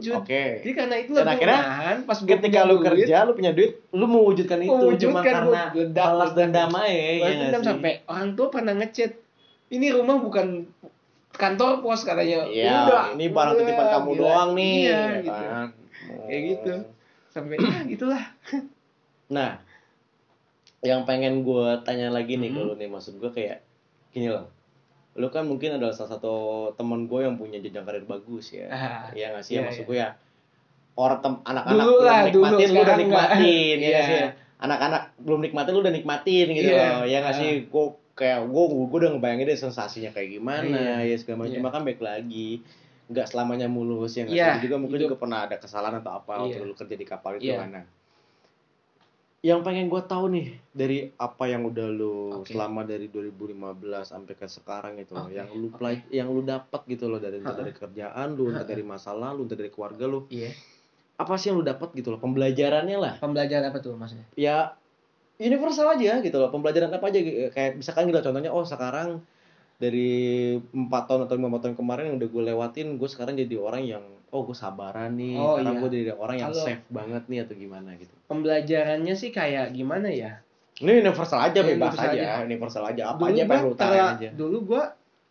terwujud. Oke. Jadi karena itu Dan gue akhirnya nahan pas gue ketika lu duit, kerja, lu punya duit, lu mewujudkan itu cuma mewujudkan, karena gua meledak, balas meledak. dendam aja, ya Balas nggak dendam sih? sampai orang tua pernah ngechat, ini rumah bukan kantor pos katanya. Iya, Udah, ini barang udah, titipan kamu gila. doang nih, Iya, ya gitu. kan? Kayak gitu. Sampai ya gitulah. Nah, yang pengen gue tanya lagi nih Mhm. kalau nih, maksud gue kayak gini loh. Lu kan mungkin adalah salah satu teman gue yang punya jenjang karir bagus ya. Ah, Iya nggak sih? iya, ya, maksud iya. gue ya orang tem- anak-anak Dulu belum lah, dulu, nikmatin, lu udah sekarang enggak. nikmatin, ya nggak Iya. sih? Anak-anak belum nikmatin, lu udah nikmatin gitu Iya. loh, ya nggak Ah. sih? Gue kayak gue gue udah ngebayangin deh sensasinya kayak gimana, Iya. ya segala macam. Iya. Cuma kan baik lagi, nggak selamanya mulus ya nggak Iya, sih? Lu juga mungkin hidup. juga pernah ada kesalahan atau apa waktu Iya. lu kerja di kapal itu Iya. kan. Nah, yang pengen gue tahu nih dari apa yang udah lu Oke. selama dari dua ribu lima belas sampai ke sekarang itu loh, Oke, yang lu oke. pelaj- yang lu dapat gitu loh dari entah Ha-ha. dari kerjaan lu, entah Ha-ha. dari masa lalu, entah dari keluarga lu. Iya. Apa sih yang lu dapat gitu loh, pembelajarannya lah. Pembelajaran apa tuh maksudnya? Ya universal aja gitu loh, pembelajaran apa aja gitu. Kayak misalkan gitu contohnya, oh sekarang dari empat tahun atau lima tahun kemarin yang udah gue lewatin, gue sekarang jadi orang yang oh gue sabaran nih, Oh, sekarang iya. gue jadi orang yang Kalau- safe banget nih atau gimana gitu. Pembelajarannya sih kayak gimana ya? Ini universal aja, Oh, bebas universal aja, aja. universal aja. Apa Dulu aja gua pengen lu utarain terla- aja. Dulu gua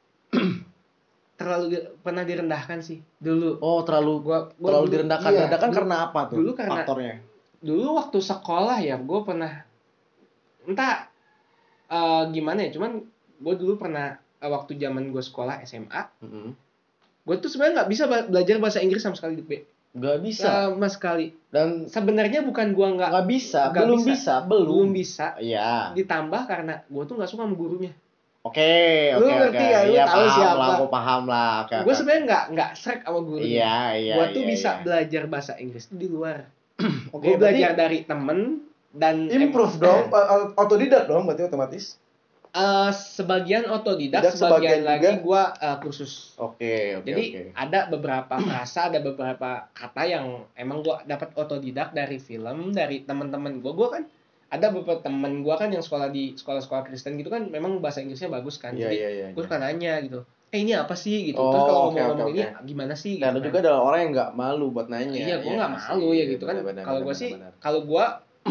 terlalu di- pernah direndahkan sih. Dulu. Oh, terlalu Gua, gua terlalu dulu- direndahkan. iya, Direndahkan dulu- karena apa tuh? Dulu karena Faktornya. dulu waktu sekolah ya, gue pernah entah eh, gimana ya, cuman gue dulu pernah eh, waktu zaman gue sekolah S M A, Mm-hmm. gue tuh sebenarnya nggak bisa ba- belajar bahasa Inggris sama sekali, Be. Gak bisa. Sama sekali. Dan Sebenarnya bukan gue nggak nggak bisa, nggak belum bisa. bisa, belum. belum bisa. Iya. Ditambah karena gue tuh nggak suka sama gurunya. Oke, Lu oke, oke. ngerti ya? Lu Iya, tahu paham siapa? lah, aku paham lah. Oke, Gue oke. sebenarnya nggak nggak srek sama gurunya. Iya, iya. Gue tuh iya, bisa iya. belajar bahasa Inggris tuh di luar. Oke, Gue belajar berarti dari temen dan improve em- dong, uh, otodidak dong berarti otomatis. Eh, sebagian otodidak, Tidak, sebagian sebagian, lagi juga. gue kursus. Oke, oke, Jadi oke. ada beberapa frasa, ada beberapa kata yang emang gue dapat otodidak dari film, dari teman-teman gue. Gue kan ada beberapa teman gue kan yang sekolah di sekolah-sekolah Kristen gitu kan, memang bahasa Inggrisnya bagus kan. Iya, Jadi iya, iya. gue suka nanya gitu, eh ini apa sih gitu. Oh, Terus kalau oke, ngomong-ngomong oke, ini oke. gimana sih? Dan lu Gitu juga kan. adalah orang yang nggak malu buat nanya. Iya, gue nggak sih. malu ya gitu kan. Benar, benar, Kalau gue benar, sih, benar. kalau gue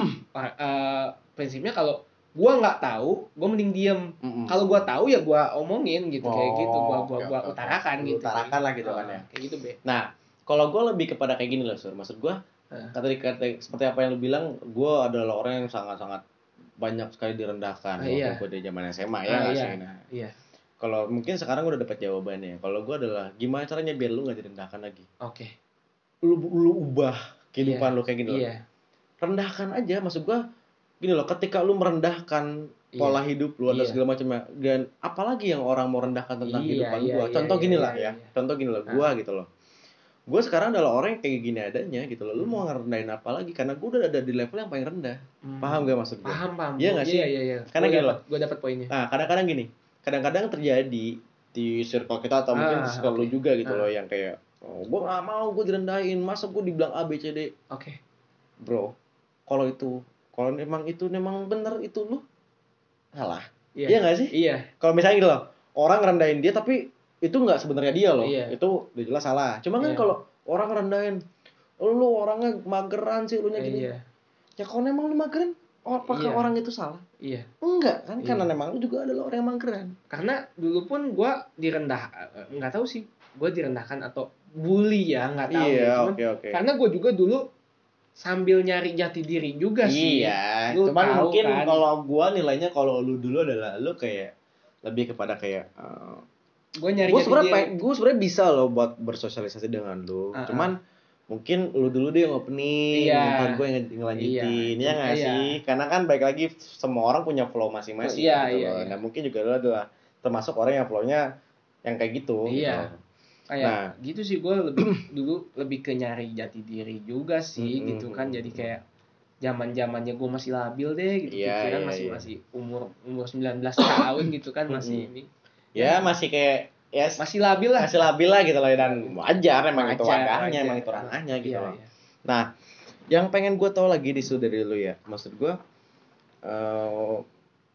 eh, prinsipnya kalau gue nggak tahu, gue mending diem. Mm-mm. Kalau gue tahu ya gue omongin gitu, kayak Oh, gitu. Gue gua, oke, gua oke, utarakan oke. Lu gitu. utarakan lah gitu kan Ah, ya. Kayak gitu, Be. Nah, kalau gue lebih kepada kayak gini loh, Sur. Maksud gue, Ah. kata, kata seperti apa yang lu bilang, gue adalah orang yang sangat-sangat banyak sekali direndahkan Ah, waktu iya. gue dari zaman S M A ya Ah, nggak iya. sih? Nah, Iya. kalau mungkin sekarang gue udah dapat jawabannya. Kalau gue adalah gimana caranya biar lu nggak direndahkan lagi. Oke. Lu lu ubah kehidupan Iya, lu kayak gini loh. Iya. Rendahkan aja, maksud gue gini loh. Ketika lu merendahkan Iya. pola hidup lu dan Iya. segala macam, dan apalagi yang orang mau rendahkan tentang Iya, kehidupan iya, gue. iya, Contoh iya, gini iya, lah ya. iya. Contoh gini loh, gue gitu loh. Gue sekarang adalah orang yang kayak gini adanya gitu loh. Lu mau ngerendahin apa lagi? Karena gue udah ada di level yang paling rendah. Hmm. Paham gak maksud gue? Paham, paham. Iya nggak sih? Iya, iya, iya. Karena Gua gini dapet- Gua dapat poinnya. Nah, kadang-kadang gini. Kadang-kadang terjadi di circle kita atau mungkin Ah, circle lu oke. juga gitu Ah. loh yang kayak oh, gue gak mau gue direndahin. Masa gue dibilang A B C D? Oke. Bro, kalau itu kalau memang itu memang bener itu lu salah. Iya. Iya nggak sih? Iya. Kalau misalnya gitu loh, orang ngerendahin dia tapi itu nggak sebenarnya dia loh. Iya. Itu udah jelas salah. Cuma kan Iya. kalau orang ngerendahin, "Oh, lu orangnya mageran sih, lu nya gini." Iya. Ya kalau memang lu mageran, apakah Iya. orang itu salah? Iya. Enggak kan? Karena Iya. memang lu juga adalah orang yang mageran. Karena dulu pun gue direndah, eh, nggak tahu sih, gue direndahkan atau bully ya, nggak tahu. ya. Iya, Cuman oke oke. karena gue juga dulu sambil nyari jati diri juga sih. Iya, Lu cuman tahu mungkin kan. kalau gua nilainya kalau lu dulu adalah lu kayak lebih kepada kayak uh, Gue nyari gue jati sebenarnya diri. peng- gue sebenarnya bisa loh buat bersosialisasi dengan lu. Ah, Cuman mungkin lu dulu deh yang opening, Iya. bukan gue yang ngelanjutin, Iya. ya nggak Iya. sih? Karena kan baik lagi semua orang punya flow masing-masing. Iya, gitu iya, loh. iya. Nah mungkin juga lu adalah termasuk orang yang flow-nya yang kayak gitu. Iya. Gitu. Kayak Nah. gitu sih, gue lebih dulu lebih ke nyari jati diri juga sih Mm-mm. gitu kan. Jadi kayak zaman zamannya gue masih labil deh gitu, Iya, pikiran iya, masih iya. masih umur umur sembilan belas tahun gitu kan, masih Mm-mm. ini Ya masih kayak ya masih labil lah. masih labil lah gitu loh, dan wajar emang itu Wajar, wadahnya, wajar. emang itu ranahnya gitu Iya, loh. iya. Nah, yang pengen gue tahu lagi di dari lu ya, maksud gue, uh,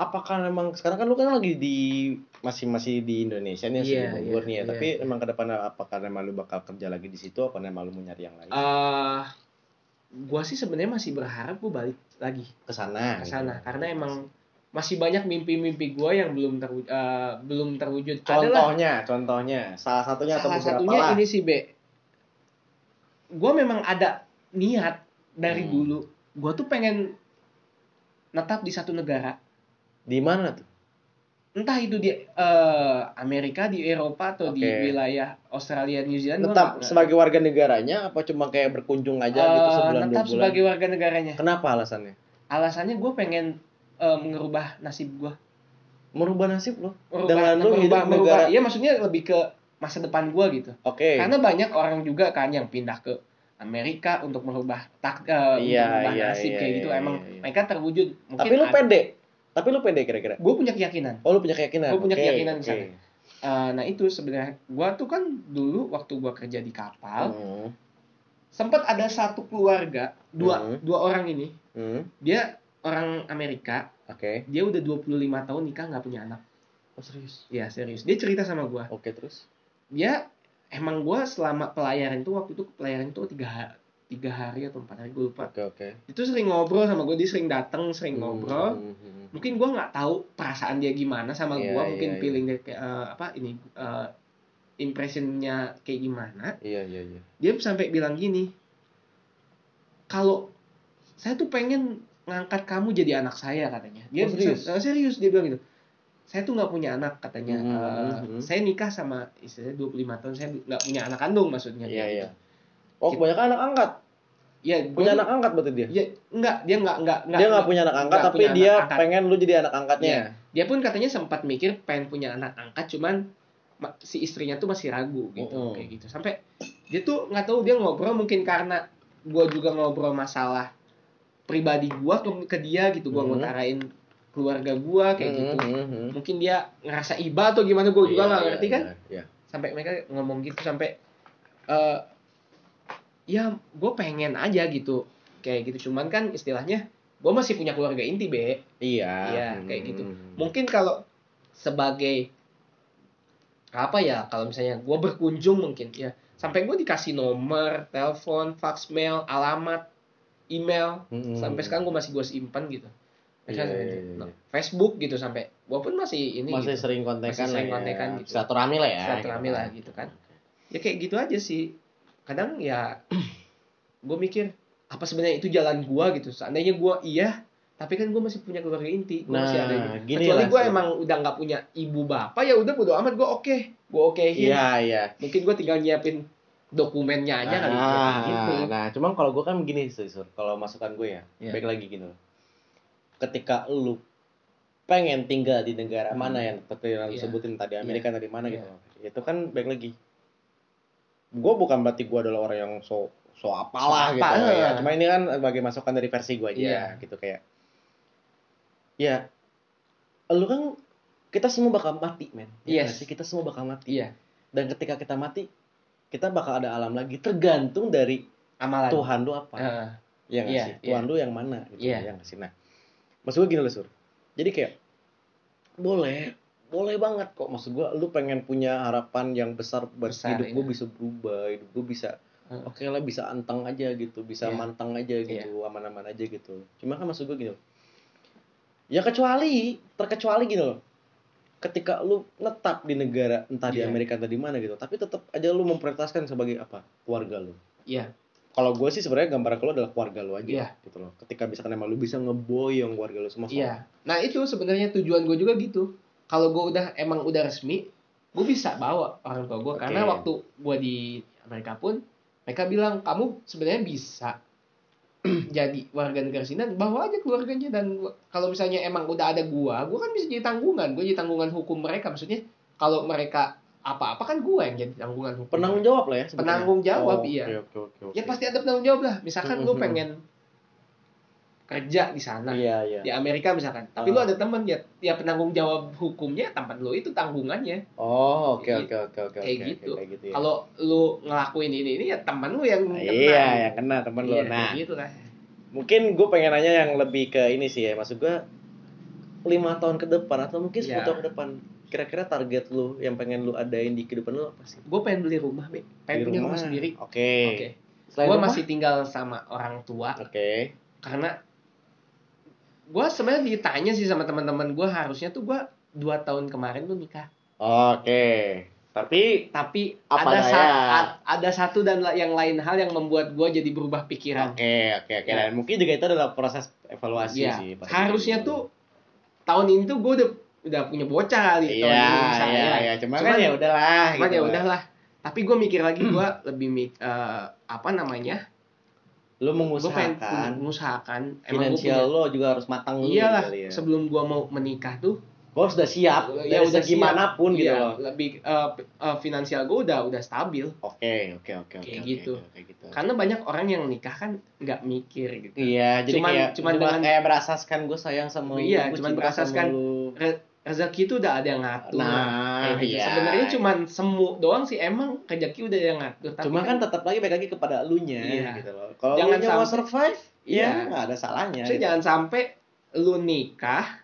apakah memang sekarang kan lu kan lagi di masih masih di Indonesia nih, masih Iya, di Bogor iya, nih ya, iya, tapi iya. emang ke depannya apakah memang lu bakal kerja lagi di situ apa memang lu mau nyari yang lain? Eh, gua sih sebenarnya masih berharap gua balik lagi Ke sana ke gitu. sana karena emang masih banyak mimpi-mimpi gua yang belum terwujud, belum terwujud. Adalah Contohnya, contohnya salah satunya atau salah beberapa satunya lah. ini sih, Be. Gua memang ada niat dari Hmm. dulu. Gua tuh pengen netap di satu negara. Di mana tuh? Entah itu di eh, Amerika, di Eropa, atau di Oke. wilayah Australia, New Zealand, gua Tetap nggak- nggak sebagai tahu. warga negaranya apa cuma kayak berkunjung aja gitu Eh, sebulan dua netap bulan? sebagai warga negaranya. Kenapa alasannya? Alasannya gue pengen eh, mengubah nasib gue. Merubah nasib lo Merubah, dengan lu hidup merubah, di merubah. negara. Iya, maksudnya lebih ke masa depan gue gitu. Oke. Karena banyak orang juga kan yang pindah ke Amerika untuk merubah tak, eh, untuk Iya, merubah iya, nasib iya, kayak gitu. iya, Emang iya, iya. mereka terwujud. Mungkin Tapi lu pede. Tapi lu pede kira-kira. Gue punya keyakinan. Oh, lu punya keyakinan. Gue punya Oke, keyakinan di oke. sana. Eh, nah itu sebenarnya gue tuh kan dulu waktu gue kerja di kapal Hmm. sempat ada satu keluarga dua Hmm. dua orang ini, Hmm. dia orang Amerika, Oke. dia udah dua puluh lima tahun nikah nggak punya anak. Oh, serius. Ya serius, dia cerita sama gue. Oke, terus. Dia emang gue selama pelayaran itu waktu itu pelayaran itu tiga hari tiga hari atau empat hari gue lupa. Oke, oke. Itu sering ngobrol sama gue, dia sering datang, sering Hmm, ngobrol. hmm, hmm. Mungkin gue nggak tahu perasaan dia gimana sama Iya, gue, mungkin iya, feeling dia kayak eh, apa ini eh, impressionnya kayak gimana. Iya, iya, iya. Dia sampai bilang gini, kalau saya tuh pengen ngangkat kamu jadi anak saya katanya. Dia Oh, serius? eh, serius dia bilang gitu. Saya tuh nggak punya anak katanya. Hmm, Eh, hmm, hmm. Saya nikah sama istri saya dua puluh lima tahun, saya nggak punya anak kandung maksudnya. Iya, kayak iya. gitu. Oh, kebanyakan anak angkat. Ya, Punya gua anak angkat berarti dia. ya enggak, dia enggak enggak enggak. Dia nggak punya anak angkat, nggak tapi punya dia anak angkat. pengen lu jadi anak angkatnya. Iya. Dia pun katanya sempat mikir pengen punya anak angkat, cuman ma- si istrinya tuh masih ragu gitu, Mm-mm. kayak gitu. Sampai dia tuh nggak tahu, dia ngobrol mungkin karena gua juga ngobrol masalah pribadi gua ke, ke dia gitu, gua Mhm. ngutarain keluarga gua kayak gitu. Hmm, hmm, hmm. Mungkin dia ngerasa iba atau gimana, gua juga Iya, nggak iya, ngerti kan. iya, iya. Sampai mereka ngomong gitu, sampai eh ya gue pengen aja gitu kayak gitu, cuman kan istilahnya gue masih punya keluarga inti, Be. Iya. Iya, Hmm. kayak gitu. Mungkin kalau sebagai apa ya, kalau misalnya gue berkunjung mungkin ya sampai gue dikasih nomor telepon, fax mail, alamat, email, Hmm. sampai sekarang gue masih gue simpan gitu. Iya, Misalnya iya, gitu. iya. Nah, Facebook gitu, sampai gue pun masih ini Masih gitu. sering kontekan Masih sering lah ya. kontekan gitu. Silaturahmi lah ya. Silaturahmi lah gitu kan. Ya kayak gitu aja sih. Kadang ya gue mikir apa sebenarnya itu jalan gue gitu. Seandainya gue iya, tapi kan gue masih punya keluarga inti, gue masih ada ini. Nah, gini Kecuali lah, gue Sur. emang udah nggak punya ibu bapak, ya udah bodo amat, gue oke, gue okein. Iya, iya. Mungkin gue tinggal nyiapin dokumennya aja kali, kayak Nah, gitu. nah, cuman kalau gue kan begini sih, Sur. Kalau masukan gue ya, Iya. baik lagi gitu loh. Ketika lu pengen tinggal di negara Hmm. mana yang seperti yang lu Iya. sebutin tadi, Amerika tadi mana Iya. gitu. Itu kan baik lagi. Gue bukan berarti gue adalah orang yang so so apalah So gitu apa, ya. eh. Cuma ini kan sebagai masukan dari versi gue aja Iya. gitu kayak. Ya, lu kan kita semua bakal mati, men. Ya Yes. nggak sih? Kita semua bakal mati. Iya, Dan ketika kita mati, kita bakal ada alam lagi tergantung dari amalan. Tuhan lu apa. Eh, Iya nggak iya, sih? iya. Tuhan lu yang mana gitu Iya. ya nggak sih? Nah, maksud gue gini loh, Sur. Jadi kayak boleh, boleh banget kok. Maksud gue, lu pengen punya harapan yang besar, buat Besar, hidup gue iya. bisa berubah, hidup gue bisa Hmm. oke lah, bisa anteng aja gitu, bisa Iya. manteng aja gitu, aman-aman aja gitu. Cuma kan maksud gue gini loh. Ya kecuali, terkecuali gini loh. Ketika lu netap di negara, entah di Iya. Amerika atau di mana gitu, tapi tetap aja lu memprioritaskan sebagai apa? Keluarga lu. Iya, Kalau gue sih sebenarnya gambaran ke lu adalah keluarga lu aja Iya. gitu loh. Ketika misalkan emang lu bisa ngeboyong keluarga lu semua. iya. Nah itu sebenarnya tujuan gue juga gitu. Kalau gue udah emang udah resmi, gue bisa bawa orang tua gue. Oke. Karena waktu gue di Amerika pun, mereka bilang kamu sebenarnya bisa jadi warga negara sini, dan bawa aja keluarganya. Dan kalau misalnya emang udah ada gue, gue kan bisa jadi tanggungan. Gue jadi tanggungan hukum mereka. Maksudnya kalau mereka apa-apa kan gue yang jadi tanggungan hukum. Penanggung jawab lah ya sebetulnya. Penanggung jawab, Oh, iya. Oke, oke, oke, oke. Ya pasti ada penanggung jawab lah. Misalkan lu Mhm. pengen kerja di sana, Iya, iya. di Amerika misalkan, tapi Ah. lu ada temen ya, ya penanggung jawab hukumnya tempat lu itu tanggungannya. Oh, oke, Kayak oke, oke, oke, kayak oke, gitu. kayak gitu ya. Kalau lu ngelakuin ini ini ya teman lu yang kena. Iya, yang kena temen lu. Iya, Nah, kayak gitu lah. mungkin gue pengen nanya yang lebih ke ini sih ya, maksud gue lima tahun ke depan atau mungkin sepuluh Ya. tahun ke depan, kira-kira target lu yang pengen lu adain di kehidupan lu apa sih? Gue pengen beli rumah, Be. Pengen Beli punya rumah sendiri. Oke. Oke. Selain Gue rumah? masih tinggal sama orang tua. Oke. Karena gue sebenarnya ditanya sih sama teman-teman gue, harusnya tuh gue dua tahun kemarin tuh nikah. Oke. Tapi Tapi Apa ada daya? sa- a- ada satu dan la- yang lain hal yang membuat gue jadi berubah pikiran. oke, oke, oke. Ya. Dan mungkin juga itu adalah proses evaluasi Iya. sih. pasti. Harusnya tuh tahun ini tuh gue udah udah punya bocah kali Iya, tahun ini misalnya. iya, iya. Cuma kan ya udahlah Cuman gitu ya loh. udahlah. Tapi gue mikir lagi, gue lebih mik- eh, apa namanya? Lu Gue pengen mengusahakan mengusahakan emang gue finansial punya. lo juga harus matang dulu Iyalah, kali ya. sebelum gue mau menikah tuh Gue sudah siap ya dari udah segi siap. manapun gitu Iya, loh. lebih eh, p- eh, finansial gue udah udah stabil. Oke, oke, oke, oke. Kayak oke, gitu. oke, kayak gitu. Karena banyak orang yang nikah kan nggak mikir gitu. Iya, jadi Cuman- kayak cuman cuma dengan- kayak berasaskan gue sayang sama lu, Iya, gua cuman cinta berasaskan sama lu. Re- rezeki itu udah ada yang ngatur. Nah, Kayak gitu. iya. Sebenarnya cuman semu doang sih, emang rezeki udah ada yang ngatur. Tapi Cuma kan tetap lagi balik lagi kepada elunya Iya. gitu loh. Kalau Jangan lu mau sampai- survive, Iya. ya nggak ada salahnya. Maksudnya gitu. jangan sampai lu nikah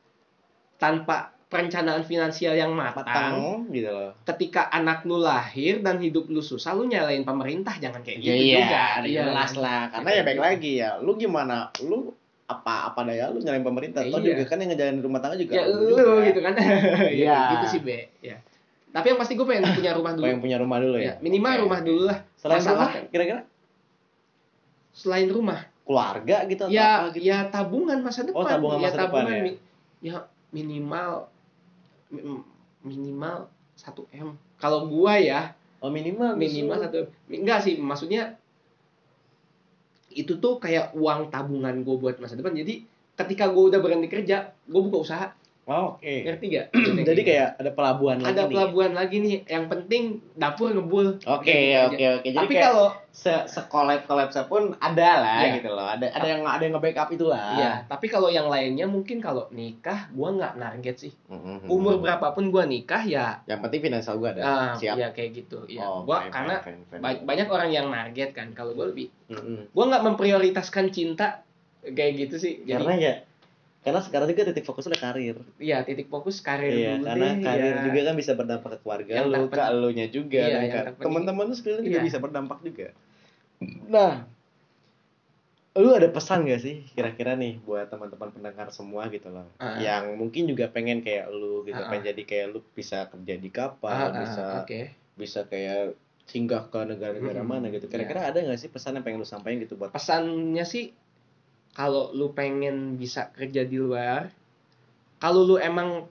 tanpa perencanaan finansial yang matang. matang gitu loh. Ketika anak lu lahir dan hidup lu susah, lu nyalain pemerintah, jangan kayak gitu iya, juga. iya, jelas lah. Karena ya baik lagi ya, lu gimana? Lu apa apa daya lu nyalain pemerintah? Toh Iya. juga kan yang ngejalanin rumah tangga juga Ya lu lu juga. gitu kan. Iya. Ya, gitu sih, Be. Ya. Tapi yang pasti gue pengen punya rumah dulu. Pengen punya rumah dulu Ya, ya. minimal Oke. rumah dulu lah. Selain Masalah rumah, kira-kira selain rumah. keluarga gitu atau Ya, apa gitu? ya tabungan masa depan. Oh, tabungan ya, masa depan ya? mi- ya minimal mi- minimal satu M. Kalau gua ya, Oh minimal. minimal justru. satu M. Enggak sih, maksudnya itu tuh kayak uang tabungan gua buat masa depan. Jadi ketika gua udah berhenti kerja, gua buka usaha. Oh, Oke. Ngerti gak? Jadi kayak ada pelabuhan lagi ada nih. pelabuhan lagi nih. Yang penting dapur ngebul. Oke, Gitu aja. oke, oke. Jadi Tapi kayak kalau se sekolab kolapsnya pun ada lah Iya. gitu loh. Ada ada yang ada yang nge-backup itulah. Iya, tapi kalau yang lainnya mungkin kalau nikah gua nggak target sih. Mhm. Umur berapapun gua nikah ya Yang penting finansial gua ada. ah, Siap. ya kayak gitu. Ya, Oh, gua fine, karena fine, fine, fine. ba- banyak orang yang target kan. Kalau gua lebih Mhm. gua nggak memprioritaskan cinta kayak gitu sih. Jadi Karena ya karena sekarang juga titik fokus udah karir. ya titik fokus karir Iya, dulu karena deh, karir ya. juga kan bisa berdampak ke keluarga Yang lu, terpenting- ke elunya juga, Iya, dan yang ke terpenting- teman-teman lu sekalian juga Iya. bisa berdampak juga. Nah, lu ada pesan gak sih kira-kira nih buat teman-teman pendengar semua gitu loh, Ah. yang mungkin juga pengen kayak lu gitu, Ah, pengen jadi kayak lu, bisa kerja di kapal, Ah, ah, bisa oke. bisa kayak singgah ke negara-negara Mm-mm, mana gitu. iya. Kira-kira ada gak sih pesan yang pengen lu sampaikan gitu buat Pesannya sih kalau lu pengen bisa kerja di luar, kalau lu emang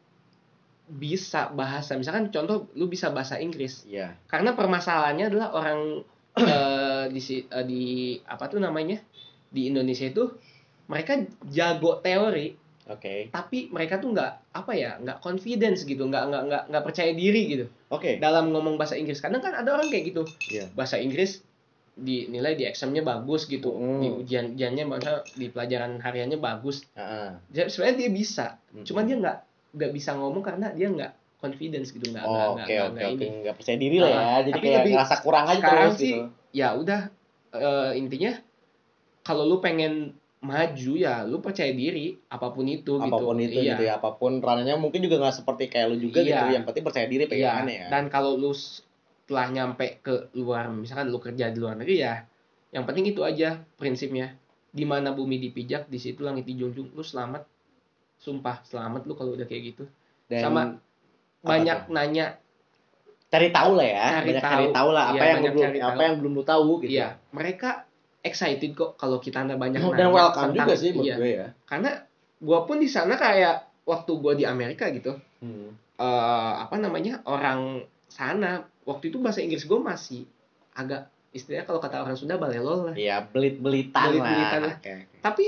bisa bahasa, misalkan contoh lu bisa bahasa Inggris. ya Karena permasalahannya adalah orang eh, di si- eh, di apa tuh namanya? Di Indonesia itu mereka jago teori, oke tapi mereka tuh nggak apa ya, nggak confidence gitu, nggak nggak nggak nggak percaya diri gitu oke dalam ngomong bahasa Inggris. Kadang kan ada orang kayak gitu, Iya. bahasa Inggris dinilai di examnya bagus gitu, Mm. di ujian ujiannya misalnya di pelajaran hariannya bagus. Ah, ah. Jadi sebenarnya dia bisa, Mm. cuman dia nggak nggak bisa ngomong karena dia nggak confidence gitu, nggak nggak Oh, nggak oke nggak- oke nggak oke ini. nggak percaya diri lah ya, Ah, jadi tapi kayak lebih- ngerasa kurang aja Sekarang terus sih gitu. ya udah, eh, intinya kalau lu pengen maju ya lu percaya diri apapun itu Apapun gitu. itu Iya. gitu ya, apapun ranahnya mungkin juga nggak seperti kayak lu juga Iya. gitu, yang penting percaya diri Iya. pegangannya ya. Dan kalau lu setelah nyampe ke luar, misalkan lu kerja di luar negeri ya, yang penting itu aja prinsipnya. Di mana bumi dipijak, di situ langit dijunjung. Lu selamat, sumpah selamat lu kalau udah kayak gitu. Dan Sama apa banyak tuh? nanya, cari tahu lah ya, Cari banyak tahu. cari tahu lah apa Iya, yang lu banyak belum cari apa tahu. yang belum lu tahu gitu. iya mereka excited kok kalau kita ada banyak Dan nanya welcome tentang- juga sih menurut iya. gue ya. Karena gua pun di sana kayak waktu gua di Amerika gitu, Hmm. eh apa namanya, orang sana waktu itu bahasa Inggris gue masih agak, istilahnya kalau kata orang Sunda balelol lah. Iya, belit-belitan Belit-belitan lah. lah. Oke, oke. Tapi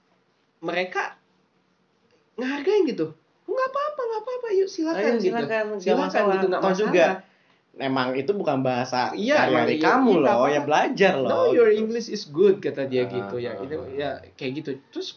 mereka ngehargain gitu. Nggak apa-apa, nggak apa-apa, yuk silakan, Ayo, gitu. silakan, nggak Silakan masalah. gitu, nggak Toh masalah. juga emang itu bukan bahasa Iya, emang dari iya, kamu iya, loh, apa-apa. ya belajar loh. No, your gitu. English is good kata dia Ah, gitu ya. ah, Itu ah. ya kayak gitu. Terus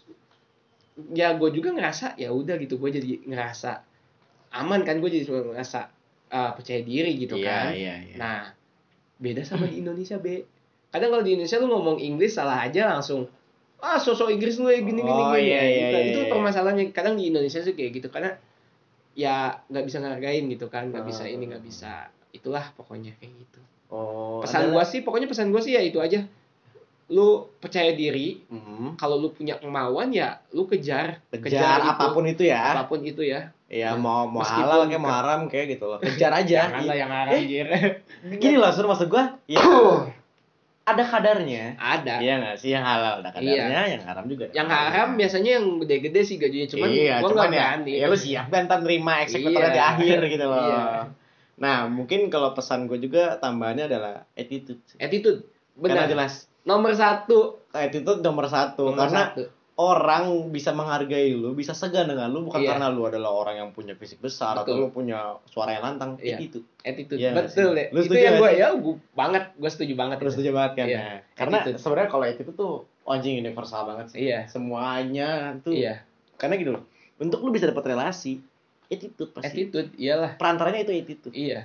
ya gue juga ngerasa ya udah gitu, gue jadi ngerasa aman kan, gue jadi ngerasa ah, percaya diri gitu Iya, kan. iya, iya. Nah, beda sama di Indonesia, Be. Kadang kalau di Indonesia lu ngomong Inggris salah aja langsung ah sosok Inggris lu ya gini gini Oh, gini. iya, iya, Gitu. iya, Itu iya. permasalahannya kadang di Indonesia sih kayak gitu karena ya nggak bisa ngargain gitu kan, nggak bisa ini Ah. nggak bisa itulah pokoknya kayak gitu. Oh, Pesan adalah gua sih pokoknya pesan gua sih ya itu aja. Lu percaya diri, Mhm. kalau lu punya kemauan ya lu kejar, kejar itu. apapun itu ya. Apapun itu ya. Ya Ya, mau mau meskipun halal kayak mau ke- haram kayak gitu loh. Kejar aja. Janganlah Iya. yang haram Eh, anjir. gini loh, Sur, maksud gua, ya ada kadarnya. Ada. Iya nggak sih, yang halal ada kadarnya, yang haram juga ada Yang kadarnya. haram biasanya yang gede-gede sih gajinya, cuman iya, gua cuman nggak ya, berani. ya lu siap kan ntar nerima eksekutornya Iya. di akhir gitu loh. Iya. Nah, mungkin kalau pesan gue juga tambahannya adalah attitude sih. Attitude. Karena Benar. jelas Nomor satu. attitude nomor satu. Nomor karena satu. orang bisa menghargai lu, bisa segan dengan lu bukan Iya. karena lu adalah orang yang punya fisik besar atau Betul. lu punya suara yang lantang. Iya. Attitude. Attitude. Iya nggak Betul sih? deh. Lu Itu setuju yang nggak gue sih? ya gua banget, gue setuju banget. Lu itu. setuju banget kan? Iya. Nah, karena Attitude. sebenarnya kalau attitude tuh anjing universal banget sih. Iya. Semuanya tuh. Iya. Karena gitu loh. Untuk lu bisa dapat relasi, attitude pasti. Attitude, iyalah. Perantaranya itu attitude. Iya.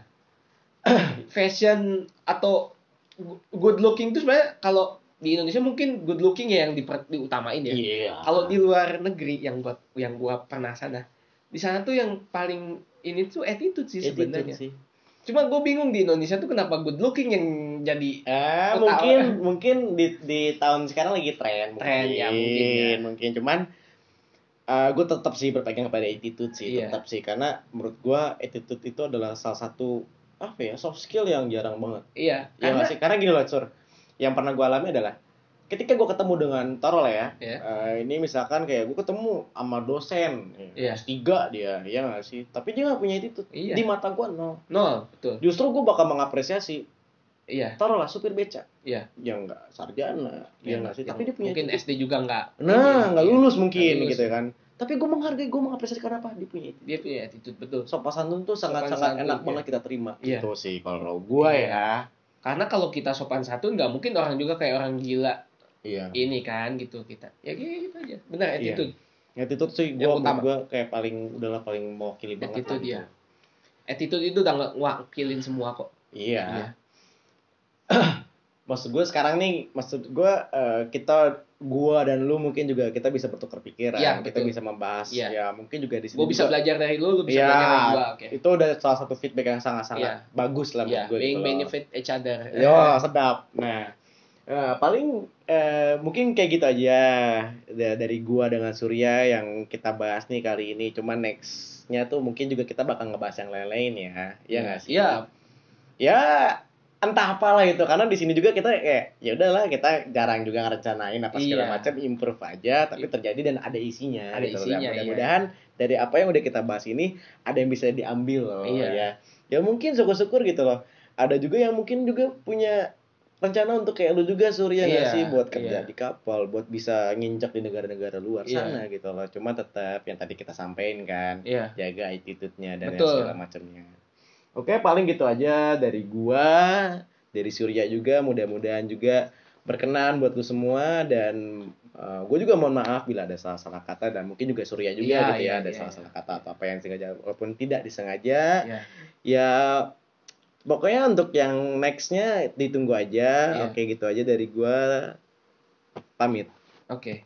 Fashion atau good looking itu sebenarnya kalau di Indonesia mungkin good looking ya yang diper, diutamain ya. Iya. Kalau di luar negeri yang gua yang gua pernah sana, di sana tuh yang paling ini tuh attitude sih Attitude sebenarnya. sih. Cuma gue bingung di Indonesia tuh kenapa good looking yang jadi Eh, Ketawa. mungkin mungkin di di tahun sekarang lagi tren mungkin. Tren, ya, mungkin, ya. Mungkin cuman gue tetap sih berpegang kepada attitude sih, Iya. tetap sih karena menurut gue attitude itu adalah salah satu apa ya soft skill yang jarang banget. iya Ya karena nggak sih? Karena gini loh, Sur. Yang pernah gue alami adalah ketika gue ketemu dengan taruh lah ya, Iya. eh, ini misalkan kayak gue ketemu sama dosen, Iya. S tiga dia, ya nggak sih? Tapi dia nggak punya attitude. Iya. Di mata gue nol. nol betul. Justru gue bakal mengapresiasi Iya. taruhlah supir beca Iya. yang nggak sarjana, ya nggak sih? Yang Tapi dia punya mungkin attitude. S D juga nggak. Nah, nggak Iya. lulus mungkin Nggak lulus. gitu ya kan. Tapi gue menghargai, gue mengapresiasi karena apa? Dia punya attitude. Dia punya attitude betul. Sopan santun tuh Sopan sangat-sangat santun, enak iya. banget kita terima. Iya. Gitu sih kalau gue Iya. ya. Karena kalau kita sopan santun nggak mungkin orang juga kayak orang gila Iya. ini kan gitu kita. Ya kayak gitu aja. Benar Iya. attitude. Attitude sih gue Yang utama. gue kayak paling udahlah paling mewakili banget Attitude lah gitu. ya. Attitude itu udah ngewakilin semua kok. Iya. Iya. Maksud gue sekarang nih, maksud gue eh, kita gua dan lu mungkin juga kita bisa bertukar pikiran, Iya, kita betul. bisa membahas Iya. ya mungkin juga di sini. Gue bisa juga- belajar dari lu, lu bisa Iya, belajar dari gua. Oke. itu udah salah satu feedback yang sangat-sangat Iya. bagus lah Iya, menurut gue. being gitu loh. benefit each other. Yo, sedap. Nah, eh, paling eh, mungkin kayak gitu aja da- dari gua dengan Surya yang kita bahas nih kali ini. Cuman nextnya tuh mungkin juga kita bakal ngebahas yang lain-lain ya. Iya nggak sih? Iya, Ya, entah apalah itu. Karena di sini juga kita kayak ya udahlah kita jarang juga ngerencanain apa segala Iya. macam, improve aja tapi terjadi dan ada isinya. Ada gitu loh. isinya, Dan iya. mudah-mudahan dari apa yang udah kita bahas ini ada yang bisa diambil loh. Iya. Ya, ya mungkin syukur-syukur gitu loh. Ada juga yang mungkin juga punya rencana untuk kayak lu juga Surya nggak Iya, sih buat kerja iya. di kapal, buat bisa nginjak di negara-negara luar Iya. sana gitu loh. Cuma tetap yang tadi kita sampein kan, Iya. jaga attitude-nya dan yang Betul. segala macamnya. Oke, paling gitu aja dari gua, dari Surya juga. Mudah-mudahan juga berkenan buat lu semua dan uh, gue juga mohon maaf bila ada salah-salah kata dan mungkin juga Surya juga Iya, gitu iya, ya ada iya, salah-salah kata atau apa yang sengaja walaupun tidak disengaja. Iya. Ya pokoknya untuk yang nextnya ditunggu aja. Iya. Oke gitu aja dari gua, pamit. Oke.